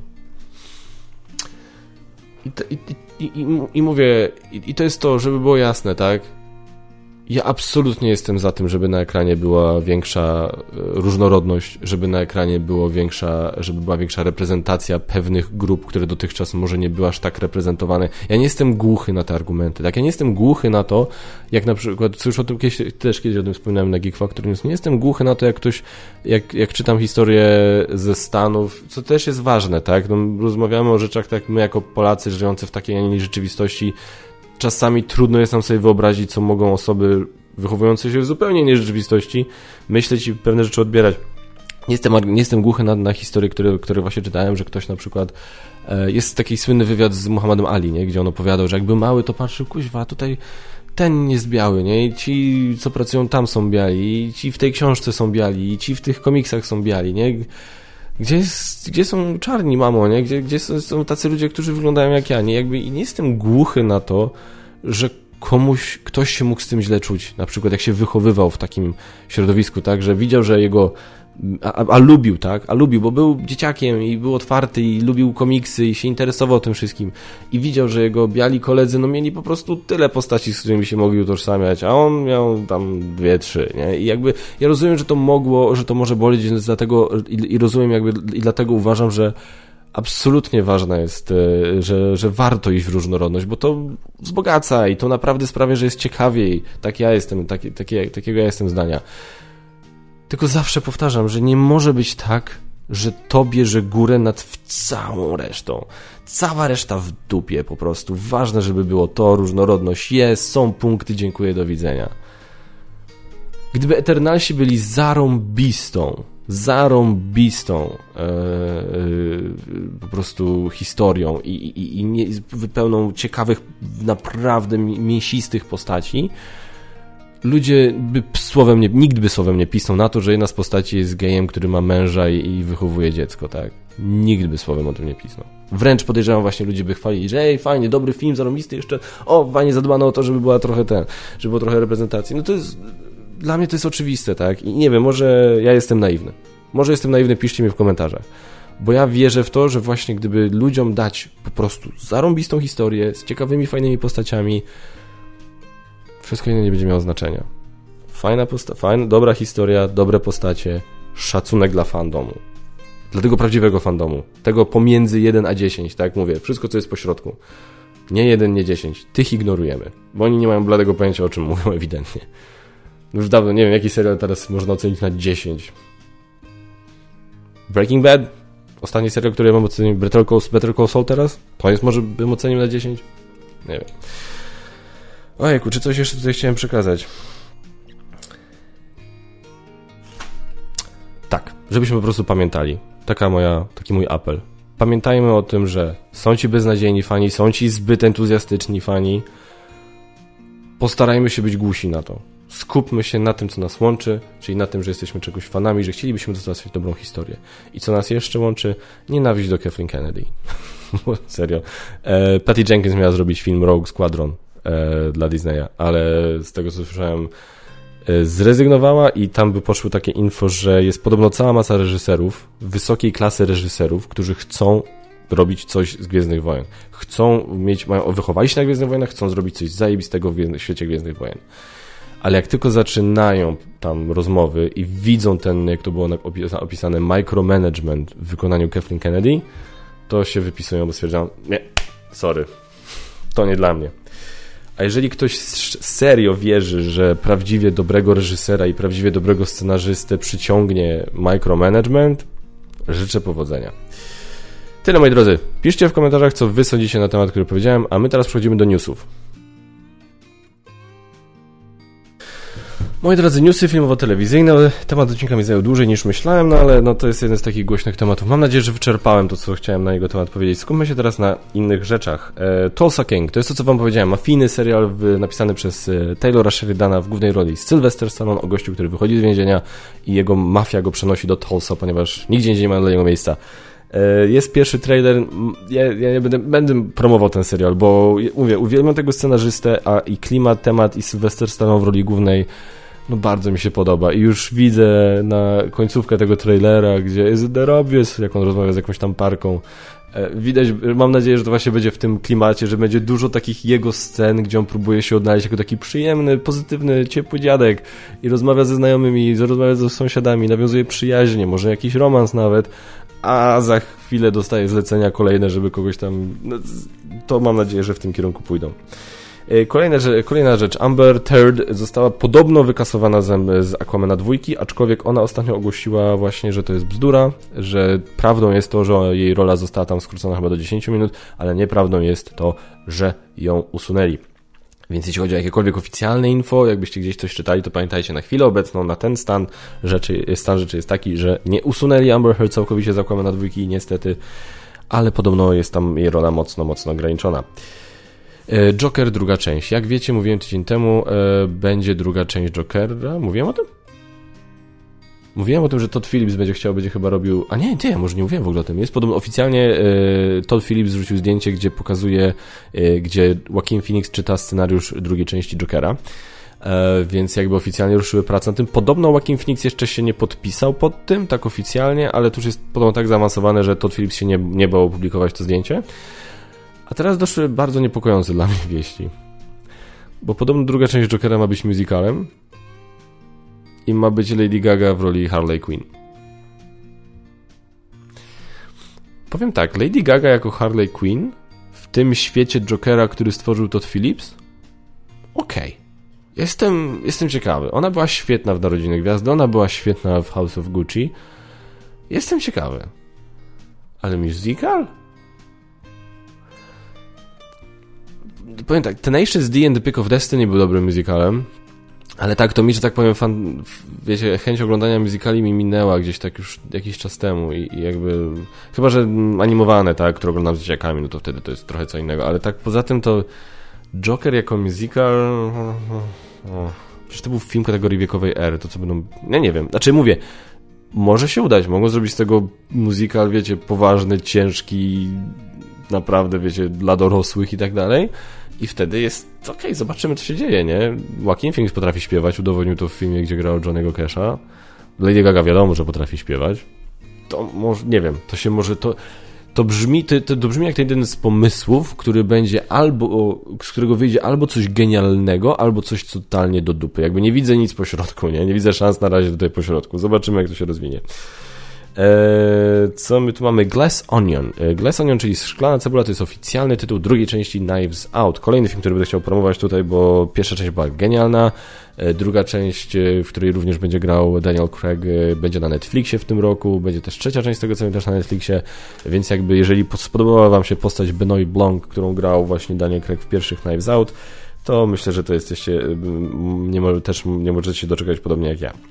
I, to, i, i, i, i mówię, i, i to jest to, żeby było jasne, tak? Ja absolutnie jestem za tym, żeby na ekranie była większa różnorodność, żeby na ekranie było większa, żeby była większa reprezentacja pewnych grup, które dotychczas może nie były aż tak reprezentowane. Ja nie jestem głuchy na te argumenty, tak? Ja nie jestem głuchy na to, jak na przykład, co już o tym kiedyś, też kiedyś o tym wspominałem na Geek Factor News, nie jestem głuchy na to, jak ktoś, jak, jak czytam historię ze Stanów, co też jest ważne, tak? No, rozmawiamy o rzeczach, tak my jako Polacy żyjący w takiej, a nie innej rzeczywistości, czasami trudno jest nam sobie wyobrazić, co mogą osoby wychowujące się w zupełnie innej rzeczywistości myśleć i pewne rzeczy odbierać. Nie jestem, nie jestem głuchy na, na historie, które, które właśnie czytałem, że ktoś na przykład e, jest taki słynny wywiad z Muhammadem Ali, nie? Gdzie on opowiadał, że jak był mały, to patrzył, kuźwa, tutaj ten jest biały, nie? I ci, co pracują tam, są biali, i ci w tej książce są biali, i ci w tych komiksach są biali, nie? Gdzie, jest, gdzie są czarni, mamo, nie? Gdzie, gdzie są, są tacy ludzie, którzy wyglądają jak ja, nie? Jakby i nie jestem głuchy na to, że komuś, ktoś się mógł z tym źle czuć. Na przykład jak się wychowywał w takim środowisku, tak? Że widział, że jego... A, a, a lubił, tak? A lubił, bo był dzieciakiem i był otwarty i lubił komiksy i się interesował tym wszystkim. I widział, że jego biali koledzy, no mieli po prostu tyle postaci, z którymi się mogli utożsamiać, a on miał tam dwie, trzy, nie? I jakby ja rozumiem, że to mogło, że to może boleć, więc dlatego i, i rozumiem jakby i dlatego uważam, że absolutnie ważna jest, że, że warto iść w różnorodność, bo to wzbogaca i to naprawdę sprawia, że jest ciekawiej. Tak ja jestem, taki, taki, takiego ja jestem zdania. Tylko zawsze powtarzam, że nie może być tak, że to bierze górę nad całą resztą. Cała reszta w dupie po prostu. Ważne, żeby było to, różnorodność jest, są punkty, dziękuję, do widzenia. Gdyby Eternalsi byli zarąbistą, zarąbistą e, e, po prostu historią i, i, i nie, wypełną ciekawych, naprawdę mięsistych postaci, ludzie by słowem nie, nikt by słowem nie pisał na to, że jedna z postaci jest gejem, który ma męża i, i wychowuje dziecko, tak? Nikt by słowem o tym nie pisał. Wręcz podejrzewam, właśnie ludzie by chwalili, że ej, fajnie, dobry film, zarąbisty, jeszcze o, fajnie zadbano o to, żeby była trochę ten, żeby było trochę reprezentacji. No to jest, dla mnie to jest oczywiste, tak? I nie wiem, może ja jestem naiwny. Może jestem naiwny, piszcie mi w komentarzach. Bo ja wierzę w to, że właśnie gdyby ludziom dać po prostu zarąbistą historię z ciekawymi, fajnymi postaciami, wszystko inne nie będzie miało znaczenia. Fajna posta- fajna, dobra historia, dobre postacie, szacunek dla fandomu. Dla tego prawdziwego fandomu. Tego pomiędzy jeden a dziesięć, tak jak mówię. Wszystko, co jest pośrodku. Nie jeden, nie dziesięć. Tych ignorujemy. Bo oni nie mają bladego pojęcia, o czym mówią ewidentnie. Już dawno nie wiem, jaki serial teraz można ocenić na dziesięć. Breaking Bad? Ostatni serial, który ja mam ocenić, Better Call, Better Call Saul teraz? To jest może bym ocenił na dziesięć? Nie wiem. Ojejku, czy coś jeszcze tutaj chciałem przekazać? Tak, żebyśmy po prostu pamiętali. Taka moja, taki mój apel. Pamiętajmy o tym, że są ci beznadziejni fani, są ci zbyt entuzjastyczni fani. Postarajmy się być głusi na to. Skupmy się na tym, co nas łączy, czyli na tym, że jesteśmy czegoś fanami, że chcielibyśmy dostarczyć dobrą historię. I co nas jeszcze łączy? Nienawiść do Kathleen Kennedy. Serio. E, Patty Jenkins miała zrobić film Rogue Squadron e, dla Disneya, ale z tego, co słyszałem, e, zrezygnowała i tam by poszły takie info, że jest podobno cała masa reżyserów, wysokiej klasy reżyserów, którzy chcą robić coś z Gwiezdnych Wojen. Chcą mieć, mają, wychowali się na Gwiezdnych Wojnach, chcą zrobić coś zajebistego w świecie Gwiezdnych Wojen. Ale jak tylko zaczynają tam rozmowy i widzą ten, jak to było opisane, micromanagement w wykonaniu Kathleen Kennedy, to się wypisują, bo stwierdzają, nie, sorry, to nie dla mnie. A jeżeli ktoś serio wierzy, że prawdziwie dobrego reżysera i prawdziwie dobrego scenarzystę przyciągnie micromanagement, życzę powodzenia. Tyle, moi drodzy. Piszcie w komentarzach, co wy sądzicie na temat, który powiedziałem, a my teraz przechodzimy do newsów. Moi drodzy, newsy filmowo-telewizyjne. Temat odcinka mi zajął dłużej niż myślałem, no ale no to jest jeden z takich głośnych tematów. Mam nadzieję, że wyczerpałem to, co chciałem na jego temat powiedzieć. Skupmy się teraz na innych rzeczach. E, Tulsa King, to jest to, co wam powiedziałem. Mafijny serial w, napisany przez e, Taylora Sheridana w głównej roli z Sylvester Stallone, o gościu, który wychodzi z więzienia i jego mafia go przenosi do Tulsa, ponieważ nigdzie indziej nie ma dla niego miejsca. E, jest pierwszy trailer. Ja, ja nie będę, będę promował ten serial, bo mówię, uwielbiam tego scenarzystę, a i klimat, temat i Sylvester Stallone w roli głównej no bardzo mi się podoba i już widzę na końcówkę tego trailera, gdzie jest the obvious, jak on rozmawia z jakąś tam parką. Widać, mam nadzieję, że to właśnie będzie w tym klimacie, że będzie dużo takich jego scen, gdzie on próbuje się odnaleźć jako taki przyjemny, pozytywny, ciepły dziadek i rozmawia ze znajomymi, rozmawia ze sąsiadami, nawiązuje przyjaźnie, może jakiś romans nawet, a za chwilę dostaje zlecenia kolejne, żeby kogoś tam... No, to mam nadzieję, że w tym kierunku pójdą. Kolejna rzecz, kolejna rzecz, Amber Heard została podobno wykasowana z, z Aquamana dwójki, aczkolwiek ona ostatnio ogłosiła właśnie, że to jest bzdura, że prawdą jest to, że jej rola została tam skrócona chyba do dziesięć minut, ale nieprawdą jest to, że ją usunęli. Więc jeśli chodzi o jakiekolwiek oficjalne info, jakbyście gdzieś coś czytali, to pamiętajcie, na chwilę obecną, na ten stan rzeczy, stan rzeczy jest taki, że nie usunęli Amber Heard całkowicie z Aquamana dwójki, niestety, ale podobno jest tam jej rola mocno, mocno ograniczona. Joker, druga część. Jak wiecie, mówiłem tydzień temu, e, będzie druga część Jokera. Mówiłem o tym? Mówiłem o tym, że Todd Phillips będzie chciał, będzie chyba robił... A nie, nie, może nie mówiłem w ogóle o tym. Jest podobno oficjalnie e, Todd Phillips zrzucił zdjęcie, gdzie pokazuje, e, gdzie Joaquin Phoenix czyta scenariusz drugiej części Jokera. E, więc jakby oficjalnie ruszyły prace na tym. Podobno Joaquin Phoenix jeszcze się nie podpisał pod tym, tak oficjalnie, ale to już jest podobno tak zaawansowane, że Todd Phillips się nie, nie bał opublikować to zdjęcie. A teraz doszły bardzo niepokojące dla mnie wieści. Bo podobno druga część Jokera ma być musicalem i ma być Lady Gaga w roli Harley Quinn. Powiem tak, Lady Gaga jako Harley Quinn w tym świecie Jokera, który stworzył Todd Phillips? Okej. Okay. Jestem, jestem ciekawy. Ona była świetna w Narodziny Gwiazdy, ona była świetna w House of Gucci. Jestem ciekawy. Ale musical? Powiem tak, Tenacious D and the Pick of Destiny był dobrym musicalem, ale tak, to mi, że tak powiem, fan, wiecie, chęć oglądania musicali mi minęła gdzieś tak już jakiś czas temu i, i jakby, chyba że animowane, tak, które oglądam z dzieciakami, no to wtedy to jest trochę co innego, ale tak poza tym to Joker jako musical, o, przecież to był film kategorii wiekowej R, to co będą, ja nie wiem, znaczy mówię, może się udać, mogą zrobić z tego musical, wiecie, poważny, ciężki, naprawdę, wiecie, dla dorosłych i tak dalej. I wtedy jest, okej, okay, zobaczymy, co się dzieje, nie? Joaquin Phoenix potrafi śpiewać, udowodnił to w filmie, gdzie grał Johnny'ego Casha. Lady Gaga wiadomo, że potrafi śpiewać. to może, nie wiem, to się może, to, to brzmi, to, to brzmi jak jeden z pomysłów, który będzie albo, z którego wyjdzie albo coś genialnego, albo coś totalnie do dupy. Jakby nie widzę nic pośrodku, nie? Nie widzę szans na razie tutaj pośrodku. Zobaczymy, jak to się rozwinie. Eee, co my tu mamy? Glass Onion. Eee, Glass Onion, czyli Szklana Cebula, to jest oficjalny tytuł drugiej części Knives Out. Kolejny film, który będę chciał promować tutaj, bo pierwsza część była genialna, eee, druga część, w której również będzie grał Daniel Craig, e, będzie na Netflixie w tym roku, będzie też trzecia część tego, co wiem, też na Netflixie, więc jakby jeżeli spodobała wam się postać Benoit Blanc, którą grał właśnie Daniel Craig w pierwszych Knives Out, to myślę, że to jesteście, nie może, też nie możecie się doczekać podobnie jak ja.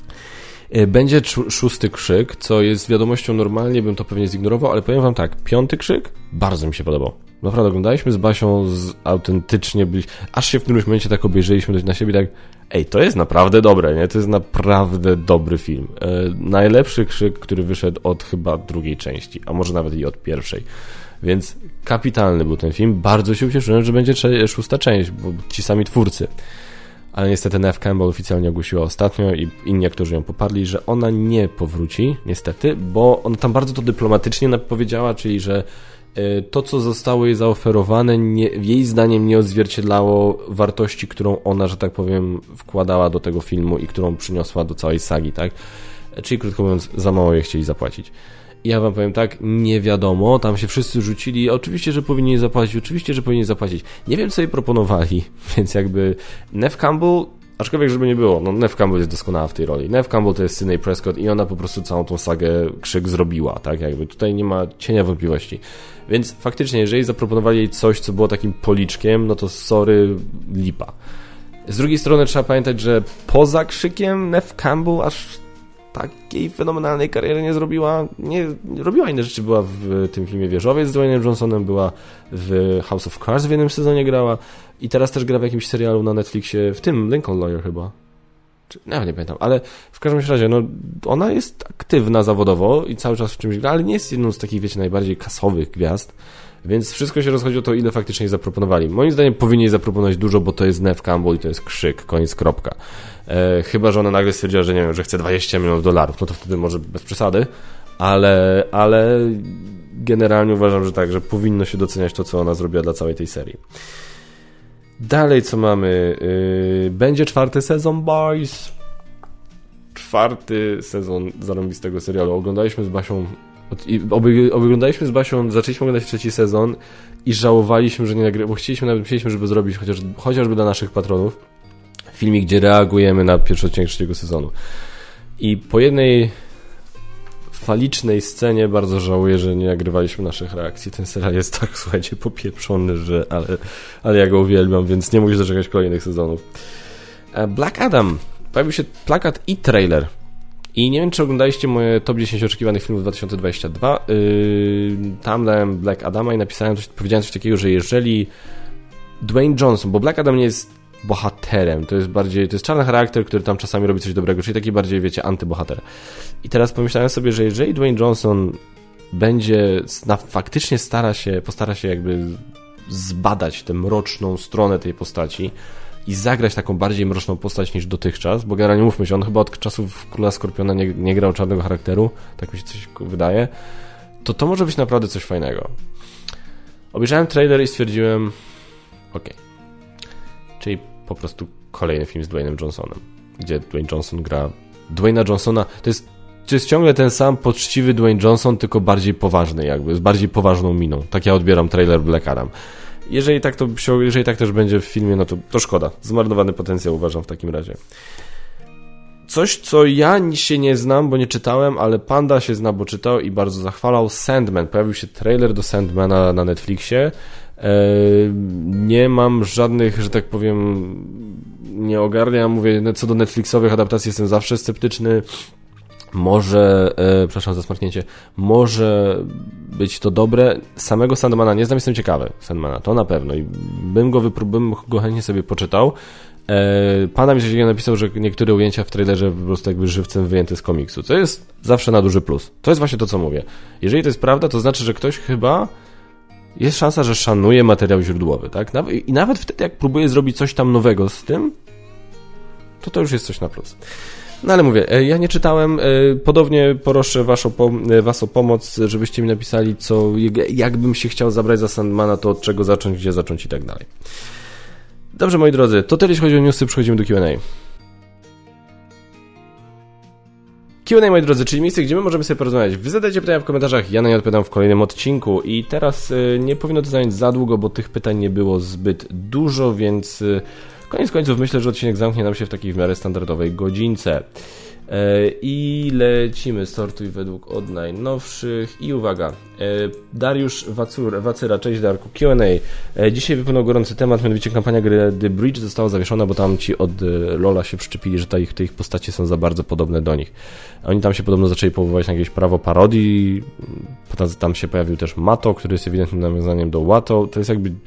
Będzie szósty krzyk, co jest wiadomością, normalnie bym to pewnie zignorował, ale powiem wam tak, piąty krzyk bardzo mi się podobał. Naprawdę oglądaliśmy z Basią z autentycznie, byli, aż się w którymś momencie tak obejrzeliśmy na siebie tak, ej, to jest naprawdę dobre, nie? To jest naprawdę dobry film. E, najlepszy krzyk, który wyszedł od chyba drugiej części, a może nawet i od pierwszej. Więc kapitalny był ten film. Bardzo się ucieszyłem, że będzie cze- szósta część, bo ci sami twórcy. Ale niestety Neve Campbell oficjalnie ogłosiła ostatnio i inni aktorzy ją poparli, że ona nie powróci, niestety, bo ona tam bardzo to dyplomatycznie powiedziała, czyli że to, co zostało jej zaoferowane, nie, jej zdaniem nie odzwierciedlało wartości, którą ona, że tak powiem, wkładała do tego filmu i którą przyniosła do całej sagi, tak? Czyli krótko mówiąc, za mało jej chcieli zapłacić. I ja wam powiem tak, nie wiadomo, tam się wszyscy rzucili, oczywiście, że powinni zapłacić, oczywiście, że powinni zapłacić. Nie wiem, co jej proponowali, więc jakby Neve Campbell, aczkolwiek żeby nie było, no Neve Campbell jest doskonała w tej roli. Neve Campbell to jest Sidney Prescott i ona po prostu całą tą sagę Krzyk zrobiła, tak? Jakby tutaj nie ma cienia wątpliwości. Więc faktycznie, jeżeli zaproponowali jej coś, co było takim policzkiem, no to sorry, lipa. Z drugiej strony trzeba pamiętać, że poza Krzykiem Neve Campbell aż takiej fenomenalnej kariery nie zrobiła, nie, nie robiła inne rzeczy, była w tym filmie Wieżowiec z Dwaynem Johnsonem, była w House of Cards w jednym sezonie grała i teraz też gra w jakimś serialu na Netflixie, w tym Lincoln Lawyer chyba. Czy, nawet nie pamiętam, ale w każdym razie, no ona jest aktywna zawodowo i cały czas w czymś gra, ale nie jest jedną z takich, wiecie, najbardziej kasowych gwiazd, więc wszystko się rozchodzi o to, ile faktycznie zaproponowali. Moim zdaniem powinni zaproponować dużo, bo to jest Neve Campbell i to jest Krzyk, koniec, kropka. E, chyba, że ona nagle stwierdziła, że nie wiem, że chce dwadzieścia milionów dolarów, no to wtedy może bez przesady, ale, ale generalnie uważam, że tak, że powinno się doceniać to, co ona zrobiła dla całej tej serii. Dalej, co mamy? Yy, będzie czwarty sezon Boys. Czwarty sezon zarąbistego serialu. Oglądaliśmy z Basią Oby, oglądaliśmy z Basią, zaczęliśmy oglądać trzeci sezon i żałowaliśmy, że nie nagrywaliśmy, bo chcieliśmy, nawet chcieliśmy, żeby zrobić chociaż, chociażby dla naszych patronów filmik, gdzie reagujemy na pierwszy odcinek trzeciego sezonu. I po jednej falicznej scenie bardzo żałuję, że nie nagrywaliśmy naszych reakcji. Ten serial jest tak, słuchajcie, popieprzony, że ale, ale ja go uwielbiam, więc nie musisz doczekać kolejnych sezonów. Black Adam. Pojawił się plakat i trailer. I nie wiem, czy oglądaliście moje top dziesięć oczekiwanych filmów dwa tysiące dwudziesty drugi. Yy, tam dałem Black Adama i napisałem coś, powiedziałem coś takiego, że jeżeli Dwayne Johnson, bo Black Adam nie jest bohaterem, to jest bardziej, to jest czarny charakter, który tam czasami robi coś dobrego, czyli taki bardziej, wiecie, antybohater. I teraz pomyślałem sobie, że jeżeli Dwayne Johnson będzie, na, faktycznie stara się, postara się jakby zbadać tę mroczną stronę tej postaci i zagrać taką bardziej mroczną postać niż dotychczas, bo generalnie mówmy się, on chyba od czasów Króla Skorpiona nie, nie grał czarnego charakteru, tak mi się coś wydaje, to to może być naprawdę coś fajnego. Obejrzałem trailer i stwierdziłem, okej, okay. Czyli po prostu kolejny film z Dwaynem Johnsonem, gdzie Dwayne Johnson gra Dwayna Johnsona, to jest, to jest ciągle ten sam poczciwy Dwayne Johnson, tylko bardziej poważny jakby, z bardziej poważną miną. Tak ja odbieram trailer Black Adam. Jeżeli tak, to, jeżeli tak też będzie w filmie, no to, to szkoda. Zmarnowany potencjał uważam w takim razie. Coś, co ja się nie znam, bo nie czytałem, ale Panda się zna, bo czytał i bardzo zachwalał. Sandman. Pojawił się trailer do Sandmana na Netflixie. Nie mam żadnych, że tak powiem, nie ogarniam. Mówię, co do Netflixowych adaptacji jestem zawsze sceptyczny. Może, e, przepraszam za smarknięcie, może być to dobre. Samego Sandmana nie znam, jestem ciekawy Sandmana, to na pewno i bym go, wypró- bym go chętnie sobie poczytał. E, Pana mi coś napisał, że niektóre ujęcia w trailerze po prostu jakby żywcem wyjęte z komiksu, co jest zawsze na duży plus. To jest właśnie to, co mówię. Jeżeli to jest prawda, to znaczy, że ktoś chyba jest szansa, że szanuje materiał źródłowy, tak? I nawet wtedy, jak próbuje zrobić coś tam nowego z tym, to to już jest coś na plus. No ale mówię, ja nie czytałem, podobnie proszę was o, was o pomoc, żebyście mi napisali, co, jakbym się chciał zabrać za Sandmana, to od czego zacząć, gdzie zacząć i tak dalej. Dobrze, moi drodzy, to tyle jeśli chodzi o newsy, przechodzimy do Q and A. Q and A, moi drodzy, czyli miejsce, gdzie my możemy sobie porozmawiać. Wy zadajcie pytania w komentarzach, ja na nie odpowiadam w kolejnym odcinku i teraz nie powinno to zająć za długo, bo tych pytań nie było zbyt dużo, więc koniec końców myślę, że odcinek zamknie nam się w takiej w miarę standardowej godzince. I lecimy, sortuj według od najnowszych i uwaga, Dariusz Wacur, Wacyra, cześć Darku, Q and A. Dzisiaj wypłynął gorący temat, mianowicie kampania gry The Bridge została zawieszona, bo tam ci od Lola się przyczepili, że te ich, te ich postacie są za bardzo podobne do nich. Oni tam się podobno zaczęli powoływać na jakieś prawo parodii, potem tam się pojawił też Mato, który jest ewidentnym nawiązaniem do Watto, to jest jakby...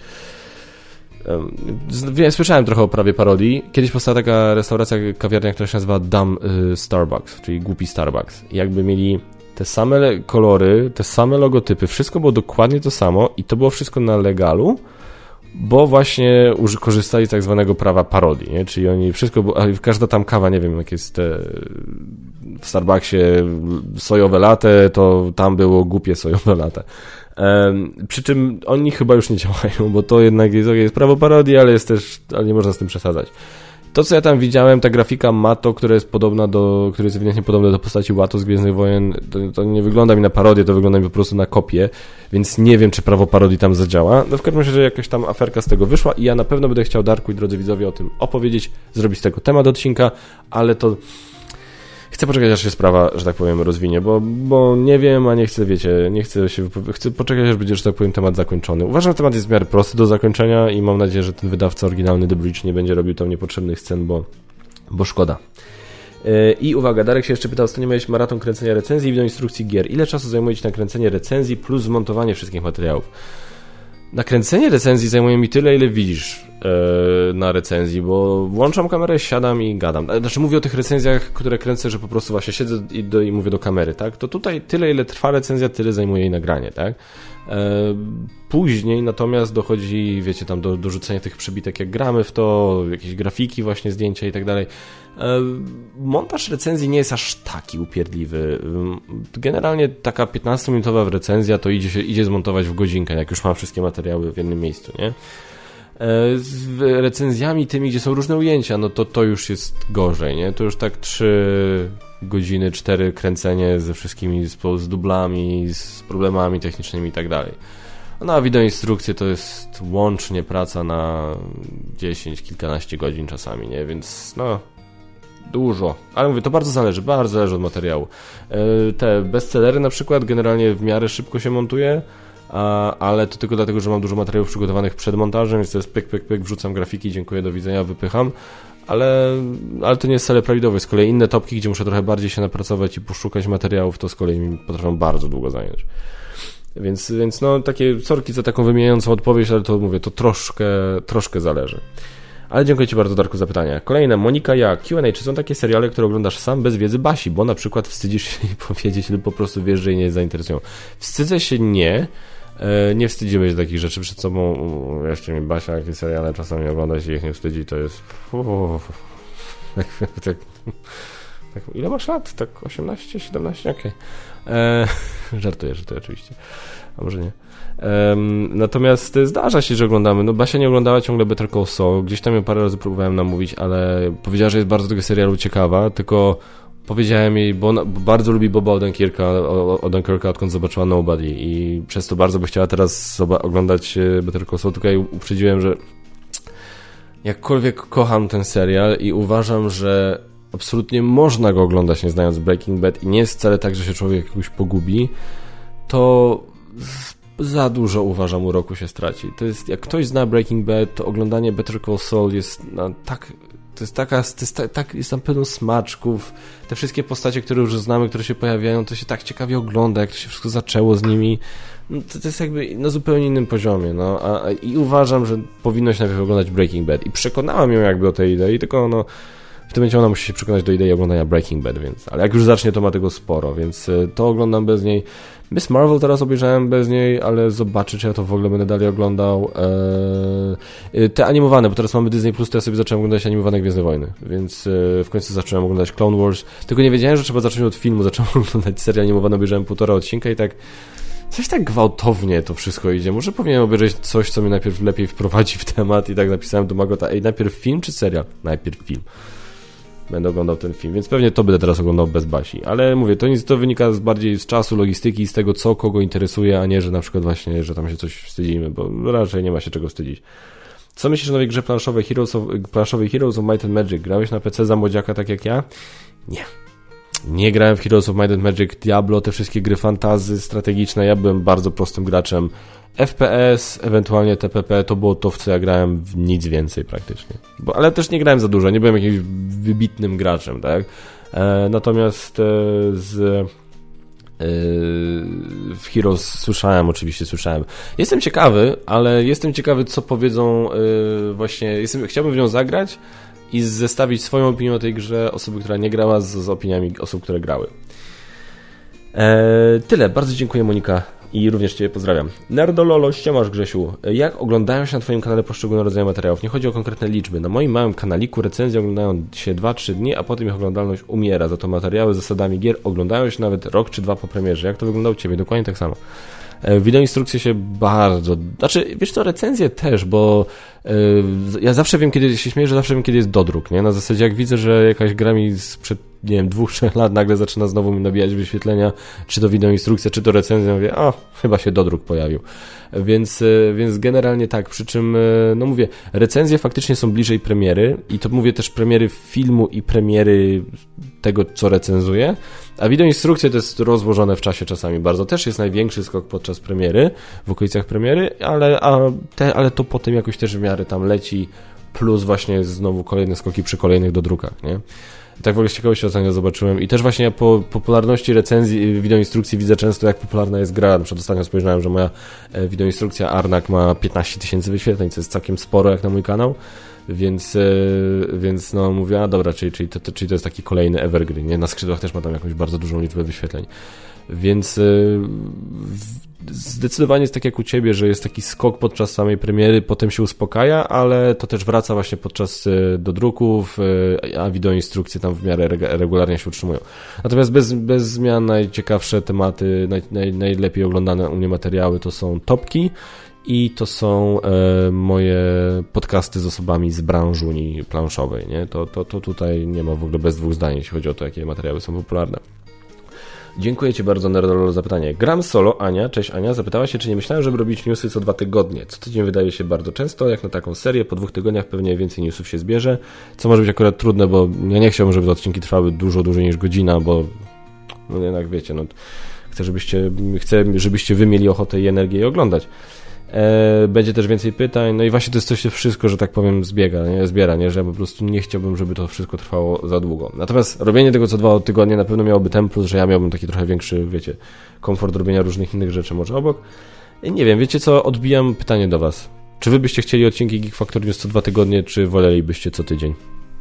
Wiem, słyszałem trochę o prawie parodii. Kiedyś powstała taka restauracja, kawiarnia, która się nazywa Dumb Starbucks, czyli głupi Starbucks. I jakby mieli te same kolory, te same logotypy, wszystko było dokładnie to samo i to było wszystko na legalu, bo właśnie korzystali z tak zwanego prawa parodii, nie? Czyli oni wszystko, było, każda tam kawa, nie wiem jak jest te, w Starbucksie sojowe latte, to tam było głupie sojowe latte. Um, przy czym oni chyba już nie działają, bo to jednak jest, jest prawo parodii, ale jest też, ale nie można z tym przesadzać. To, co ja tam widziałem, ta grafika Mato, która jest podobna do, która jest ewidentnie podobna do postaci Watto z Gwiezdnych Wojen, to, to nie wygląda mi na parodię, to wygląda mi po prostu na kopię, więc nie wiem, czy prawo parodii tam zadziała. No w każdym razie jakaś tam aferka z tego wyszła i ja na pewno będę chciał, Darku i drodzy widzowie, o tym opowiedzieć, zrobić z tego temat odcinka, ale to... Chcę poczekać, aż się sprawa, że tak powiem, rozwinie, bo, bo nie wiem, a nie chcę, wiecie, nie chcę się wypowiedzieć, chcę poczekać, aż będzie, że tak powiem, temat zakończony. Uważam, że temat jest w miarę prosty do zakończenia i mam nadzieję, że ten wydawca oryginalny The Bridge nie będzie robił tam niepotrzebnych scen, bo, bo szkoda. Yy, I uwaga, Darek się jeszcze pytał, ostatnio miałeś maraton kręcenia recenzji i do instrukcji gier. Ile czasu zajmuje Ci nakręcenie recenzji plus zmontowanie wszystkich materiałów? Nakręcenie recenzji zajmuje mi tyle, ile widzisz yy, na recenzji, bo włączam kamerę, siadam i gadam. Znaczy mówię o tych recenzjach, które kręcę, że po prostu właśnie siedzę i, do, i mówię do kamery, tak? To tutaj tyle, ile trwa recenzja, tyle zajmuje jej nagranie, tak? Yy, później natomiast dochodzi, wiecie, tam do, do rzucenia tych przybitek, jak gramy w to, jakieś grafiki, właśnie zdjęcia i tak dalej. Montaż recenzji nie jest aż taki upierdliwy. Generalnie taka piętnastominutowa recenzja to idzie się idzie zmontować w godzinkę, jak już mam wszystkie materiały w jednym miejscu, nie? Z recenzjami tymi, gdzie są różne ujęcia, no to to już jest gorzej, nie? To już tak trzy godziny, cztery kręcenie ze wszystkimi, z, z dublami, z problemami technicznymi i tak dalej. No a wideoinstrukcje to jest łącznie praca na dziesięć, kilkanaście godzin czasami, nie? Więc no... Dużo, ale mówię, to bardzo zależy, bardzo zależy od materiału. Te bestsellery na przykład generalnie w miarę szybko się montuje, ale to tylko dlatego, że mam dużo materiałów przygotowanych przed montażem, więc to jest pyk, pyk, pyk, wrzucam grafiki, dziękuję, do widzenia, wypycham, ale, ale to nie jest wcale prawidłowe. Z kolei inne topki, gdzie muszę trochę bardziej się napracować i poszukać materiałów, to z kolei mi potrafią bardzo długo zająć. Więc, więc no takie sorki za taką wymieniającą odpowiedź, ale to mówię, to troszkę, troszkę zależy. Ale dziękuję Ci bardzo, Darku, za pytania. Kolejne, Monika Ja, Q and A, czy są takie seriale, które oglądasz sam bez wiedzy Basi, bo na przykład wstydzisz się jej powiedzieć lub po prostu wiesz, że jej nie zainteresują? Wstydzę się nie, nie wstydzimy się takich rzeczy przed sobą, jeszcze mi Basia, jakie seriale czasami ogląda się ich nie wstydzi, to jest... Tak, tak, tak, ile masz lat? Tak osiemnaście, siedemnaście? Okej. Okay. Żartuję, żartuję oczywiście. A może nie. Um, natomiast zdarza się, że oglądamy. No Basia nie oglądała ciągle Better Call Saul. Gdzieś tam ją parę razy próbowałem namówić, ale powiedziała, że jest bardzo tego serialu ciekawa, tylko powiedziałem jej, bo ona bardzo lubi Boba Odenkirka, Odenkirka, odkąd zobaczyła Nobody i przez to bardzo by chciała teraz oglądać Better Call Saul, tylko ja uprzedziłem, że jakkolwiek kocham ten serial i uważam, że absolutnie można go oglądać nie znając Breaking Bad i nie jest wcale tak, że się człowiek jakoś pogubi, to za dużo, uważam, uroku się straci. To jest, jak ktoś zna Breaking Bad, to oglądanie Better Call Saul jest no, tak, to jest taka, to jest, ta, tak, jest tam pełno smaczków, te wszystkie postacie, które już znamy, które się pojawiają, to się tak ciekawie ogląda, jak to się wszystko zaczęło z nimi, no, to, to jest jakby na zupełnie innym poziomie, no, a, a, i uważam, że powinno się najpierw oglądać Breaking Bad i przekonałem ją jakby o tej idei, tylko no w tym momencie ona musi się przekonać do idei oglądania Breaking Bad, więc, ale jak już zacznie, to ma tego sporo, więc to oglądam bez niej. Miss Marvel teraz obejrzałem bez niej, ale zobaczę, czy ja to w ogóle będę dalej oglądał. Eee, te animowane, bo teraz mamy Disney Plus, to ja sobie zacząłem oglądać animowane Gwiezdne Wojny, więc e, w końcu zacząłem oglądać Clone Wars, tylko nie wiedziałem, że trzeba zacząć od filmu, zacząłem oglądać serię animowaną, obejrzałem półtora odcinka i tak coś tak gwałtownie to wszystko idzie. Może powinienem obejrzeć coś, co mnie najpierw lepiej wprowadzi w temat i tak napisałem do Magota, ej, najpierw film czy serial? Najpierw film. Będę oglądał ten film, więc pewnie to będę teraz oglądał bez Basi, ale mówię, to nic, to wynika z bardziej z czasu, logistyki, z tego, co kogo interesuje, a nie, że na przykład właśnie, że tam się coś wstydzimy, bo raczej nie ma się czego wstydzić. Co myślisz o nowej grze planszowej Heroes of, planszowej Heroes of Might and Magic? Grałeś na P C za młodziaka tak jak ja? Nie. Nie grałem w Heroes of Might and Magic, Diablo, te wszystkie gry fantasy, strategiczne, ja byłem bardzo prostym graczem. F P S, ewentualnie T P P, to było to, w co ja grałem, w nic więcej praktycznie. Bo, ale też nie grałem za dużo, nie byłem jakimś wybitnym graczem, tak? E, natomiast e, z e, w Heroes słyszałem, oczywiście słyszałem. Jestem ciekawy, ale jestem ciekawy, co powiedzą e, właśnie, jestem, chciałbym w nią zagrać i zestawić swoją opinię o tej grze osoby, która nie grała, z, z opiniami osób, które grały. E, tyle, bardzo dziękuję, Monika. I również Ciebie pozdrawiam. Nerdololo, ściemasz Grzesiu. Jak oglądają się na Twoim kanale poszczególne rodzaje materiałów? Nie chodzi o konkretne liczby. Na moim małym kanaliku recenzje oglądają się dwa trzy dni, a potem ich oglądalność umiera. Za to materiały z zasadami gier oglądają się nawet rok czy dwa po premierze. Jak to wygląda u Ciebie? Dokładnie tak samo. Wideoinstrukcje się bardzo... Znaczy, wiesz co, recenzje też, bo yy, ja zawsze wiem, kiedy się śmieję, że zawsze wiem, kiedy jest dodruk, nie? Na zasadzie, jak widzę, że jakaś gra mi sprzed, nie wiem, dwóch, trzech lat nagle zaczyna znowu mi nabijać wyświetlenia, czy to wideoinstrukcja, czy to recenzja, mówię, o, chyba się dodruk pojawił. Więc, yy, więc generalnie tak, przy czym, yy, no mówię, recenzje faktycznie są bliżej premiery i to mówię też premiery filmu i premiery tego, co recenzuję, a wideoinstrukcje to jest rozłożone w czasie czasami bardzo. Też jest największy skok podczas premiery, w okolicach premiery, ale, a te, ale to potem jakoś też w miarę tam leci, plus właśnie znowu kolejne skoki przy kolejnych dodrukach, nie? Tak w ogóle z ciekawości ostatnio zobaczyłem i też właśnie po popularności recenzji wideoinstrukcji widzę często, jak popularna jest gra. Na przykład ostatnio spojrzałem, że moja wideoinstrukcja Arnak ma piętnaście tysięcy wyświetleń, co jest całkiem sporo jak na mój kanał. Więc, więc no mówię, a dobra, czyli, czyli, to, to, czyli to jest taki kolejny evergreen, nie? Na skrzydłach też ma tam jakąś bardzo dużą liczbę wyświetleń. Więc zdecydowanie jest tak jak u Ciebie, że jest taki skok podczas samej premiery, potem się uspokaja, ale to też wraca właśnie podczas dodruków, a wideoinstrukcje tam w miarę regularnie się utrzymują. Natomiast bez, bez zmian najciekawsze tematy, naj, naj, najlepiej oglądane u mnie materiały to są topki, i to są e, moje podcasty z osobami z branży unii planszowej, nie? To, to, to tutaj nie ma w ogóle bez dwóch zdań, jeśli chodzi o to, jakie materiały są popularne. Dziękuję Ci bardzo, Nerdololo, za pytanie. Gram solo. Ania, cześć Ania, zapytała się, czy nie myślałem, żeby robić newsy co dwa tygodnie. Co tydzień wydaje się bardzo często, jak na taką serię, po dwóch tygodniach pewnie więcej newsów się zbierze, co może być akurat trudne, bo ja nie chciałbym, żeby te odcinki trwały dużo dłużej niż godzina, bo no jednak wiecie, no chcę, żebyście, chcę, żebyście wy mieli ochotę i energię je oglądać. Będzie też więcej pytań, no i właśnie to jest coś wszystko, że tak powiem, zbiega, nie? Zbiera, nie? Że ja po prostu nie chciałbym, żeby to wszystko trwało za długo. Natomiast robienie tego co dwa tygodnie na pewno miałoby ten plus, że ja miałbym taki trochę większy, wiecie, komfort robienia różnych innych rzeczy może obok. I nie wiem, wiecie co, odbijam pytanie do Was. Czy Wy byście chcieli odcinki Geek Factor News co dwa tygodnie, czy wolelibyście co tydzień?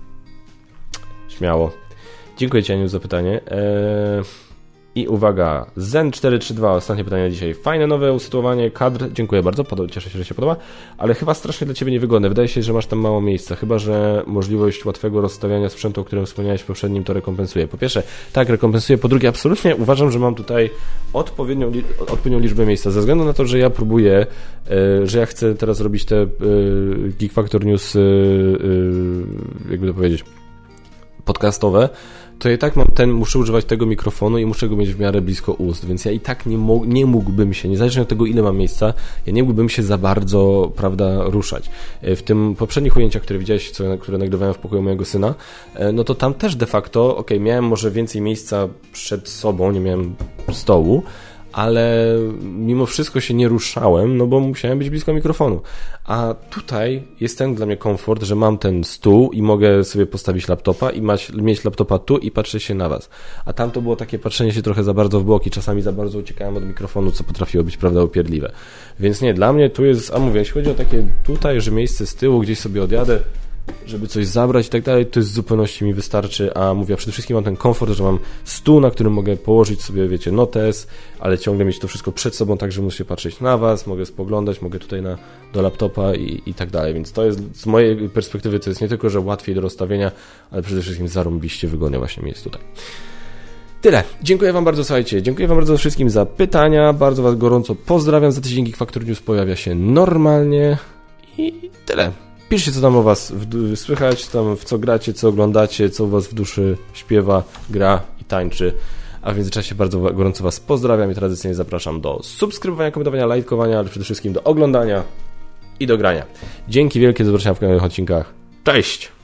Śmiało. Dziękuję Ci, Aniu, za pytanie. Eee... I uwaga, Zen cztery trzy dwa, ostatnie pytanie dzisiaj. Fajne nowe usytuowanie kadr, dziękuję bardzo, cieszę się, że się podoba, ale chyba strasznie dla Ciebie niewygodne. Wydaje się, że masz tam mało miejsca, chyba że możliwość łatwego rozstawiania sprzętu, o którym wspomniałeś w poprzednim, to rekompensuje. Po pierwsze, tak, rekompensuje, po drugie, absolutnie uważam, że mam tutaj odpowiednią, odpowiednią liczbę miejsca, ze względu na to, że ja próbuję, yy, że ja chcę teraz robić te yy, Geek Factor News, yy, yy, jakby to powiedzieć, podcastowe, to ja i tak mam ten, muszę używać tego mikrofonu i muszę go mieć w miarę blisko ust, więc ja i tak nie, mo- nie mógłbym się, niezależnie od tego, ile mam miejsca, ja nie mógłbym się za bardzo, prawda, ruszać. W tym poprzednich ujęciach, które widziałeś, co, które nagrywałem w pokoju mojego syna, no to tam też de facto, okej, okay, miałem może więcej miejsca przed sobą, nie miałem stołu, ale mimo wszystko się nie ruszałem, no bo musiałem być blisko mikrofonu. A tutaj jest ten dla mnie komfort, że mam ten stół i mogę sobie postawić laptopa i mać, mieć laptopa tu i patrzeć się na Was. A tam to było takie patrzenie się trochę za bardzo w boki, czasami za bardzo uciekałem od mikrofonu, co potrafiło być, prawda, upierdliwe. Więc nie, dla mnie tu jest, a mówię, jeśli chodzi o takie tutaj, że miejsce z tyłu, gdzieś sobie odjadę, żeby coś zabrać i tak dalej, to jest w zupełności mi wystarczy, a mówię, przede wszystkim mam ten komfort, że mam stół, na którym mogę położyć sobie, wiecie, notes, ale ciągle mieć to wszystko przed sobą, tak, że muszę się patrzeć na was, mogę spoglądać, mogę tutaj na, do laptopa i, i tak dalej, więc to jest, z mojej perspektywy, to jest nie tylko, że łatwiej do rozstawienia, ale przede wszystkim zarąbiście wygodnie właśnie mi jest tutaj. Tyle. Dziękuję wam bardzo, słuchajcie. Dziękuję wam bardzo wszystkim za pytania. Bardzo was gorąco pozdrawiam. Za tydzień Geek Factory News pojawia się normalnie. I tyle. Piszcie, co tam o was w, słychać, tam w co gracie, co oglądacie, co u was w duszy śpiewa, gra i tańczy. A w międzyczasie bardzo gorąco was pozdrawiam i tradycyjnie zapraszam do subskrybowania, komentowania, lajkowania, ale przede wszystkim do oglądania i do grania. Dzięki wielkie, do zobaczenia w kolejnych odcinkach. Cześć!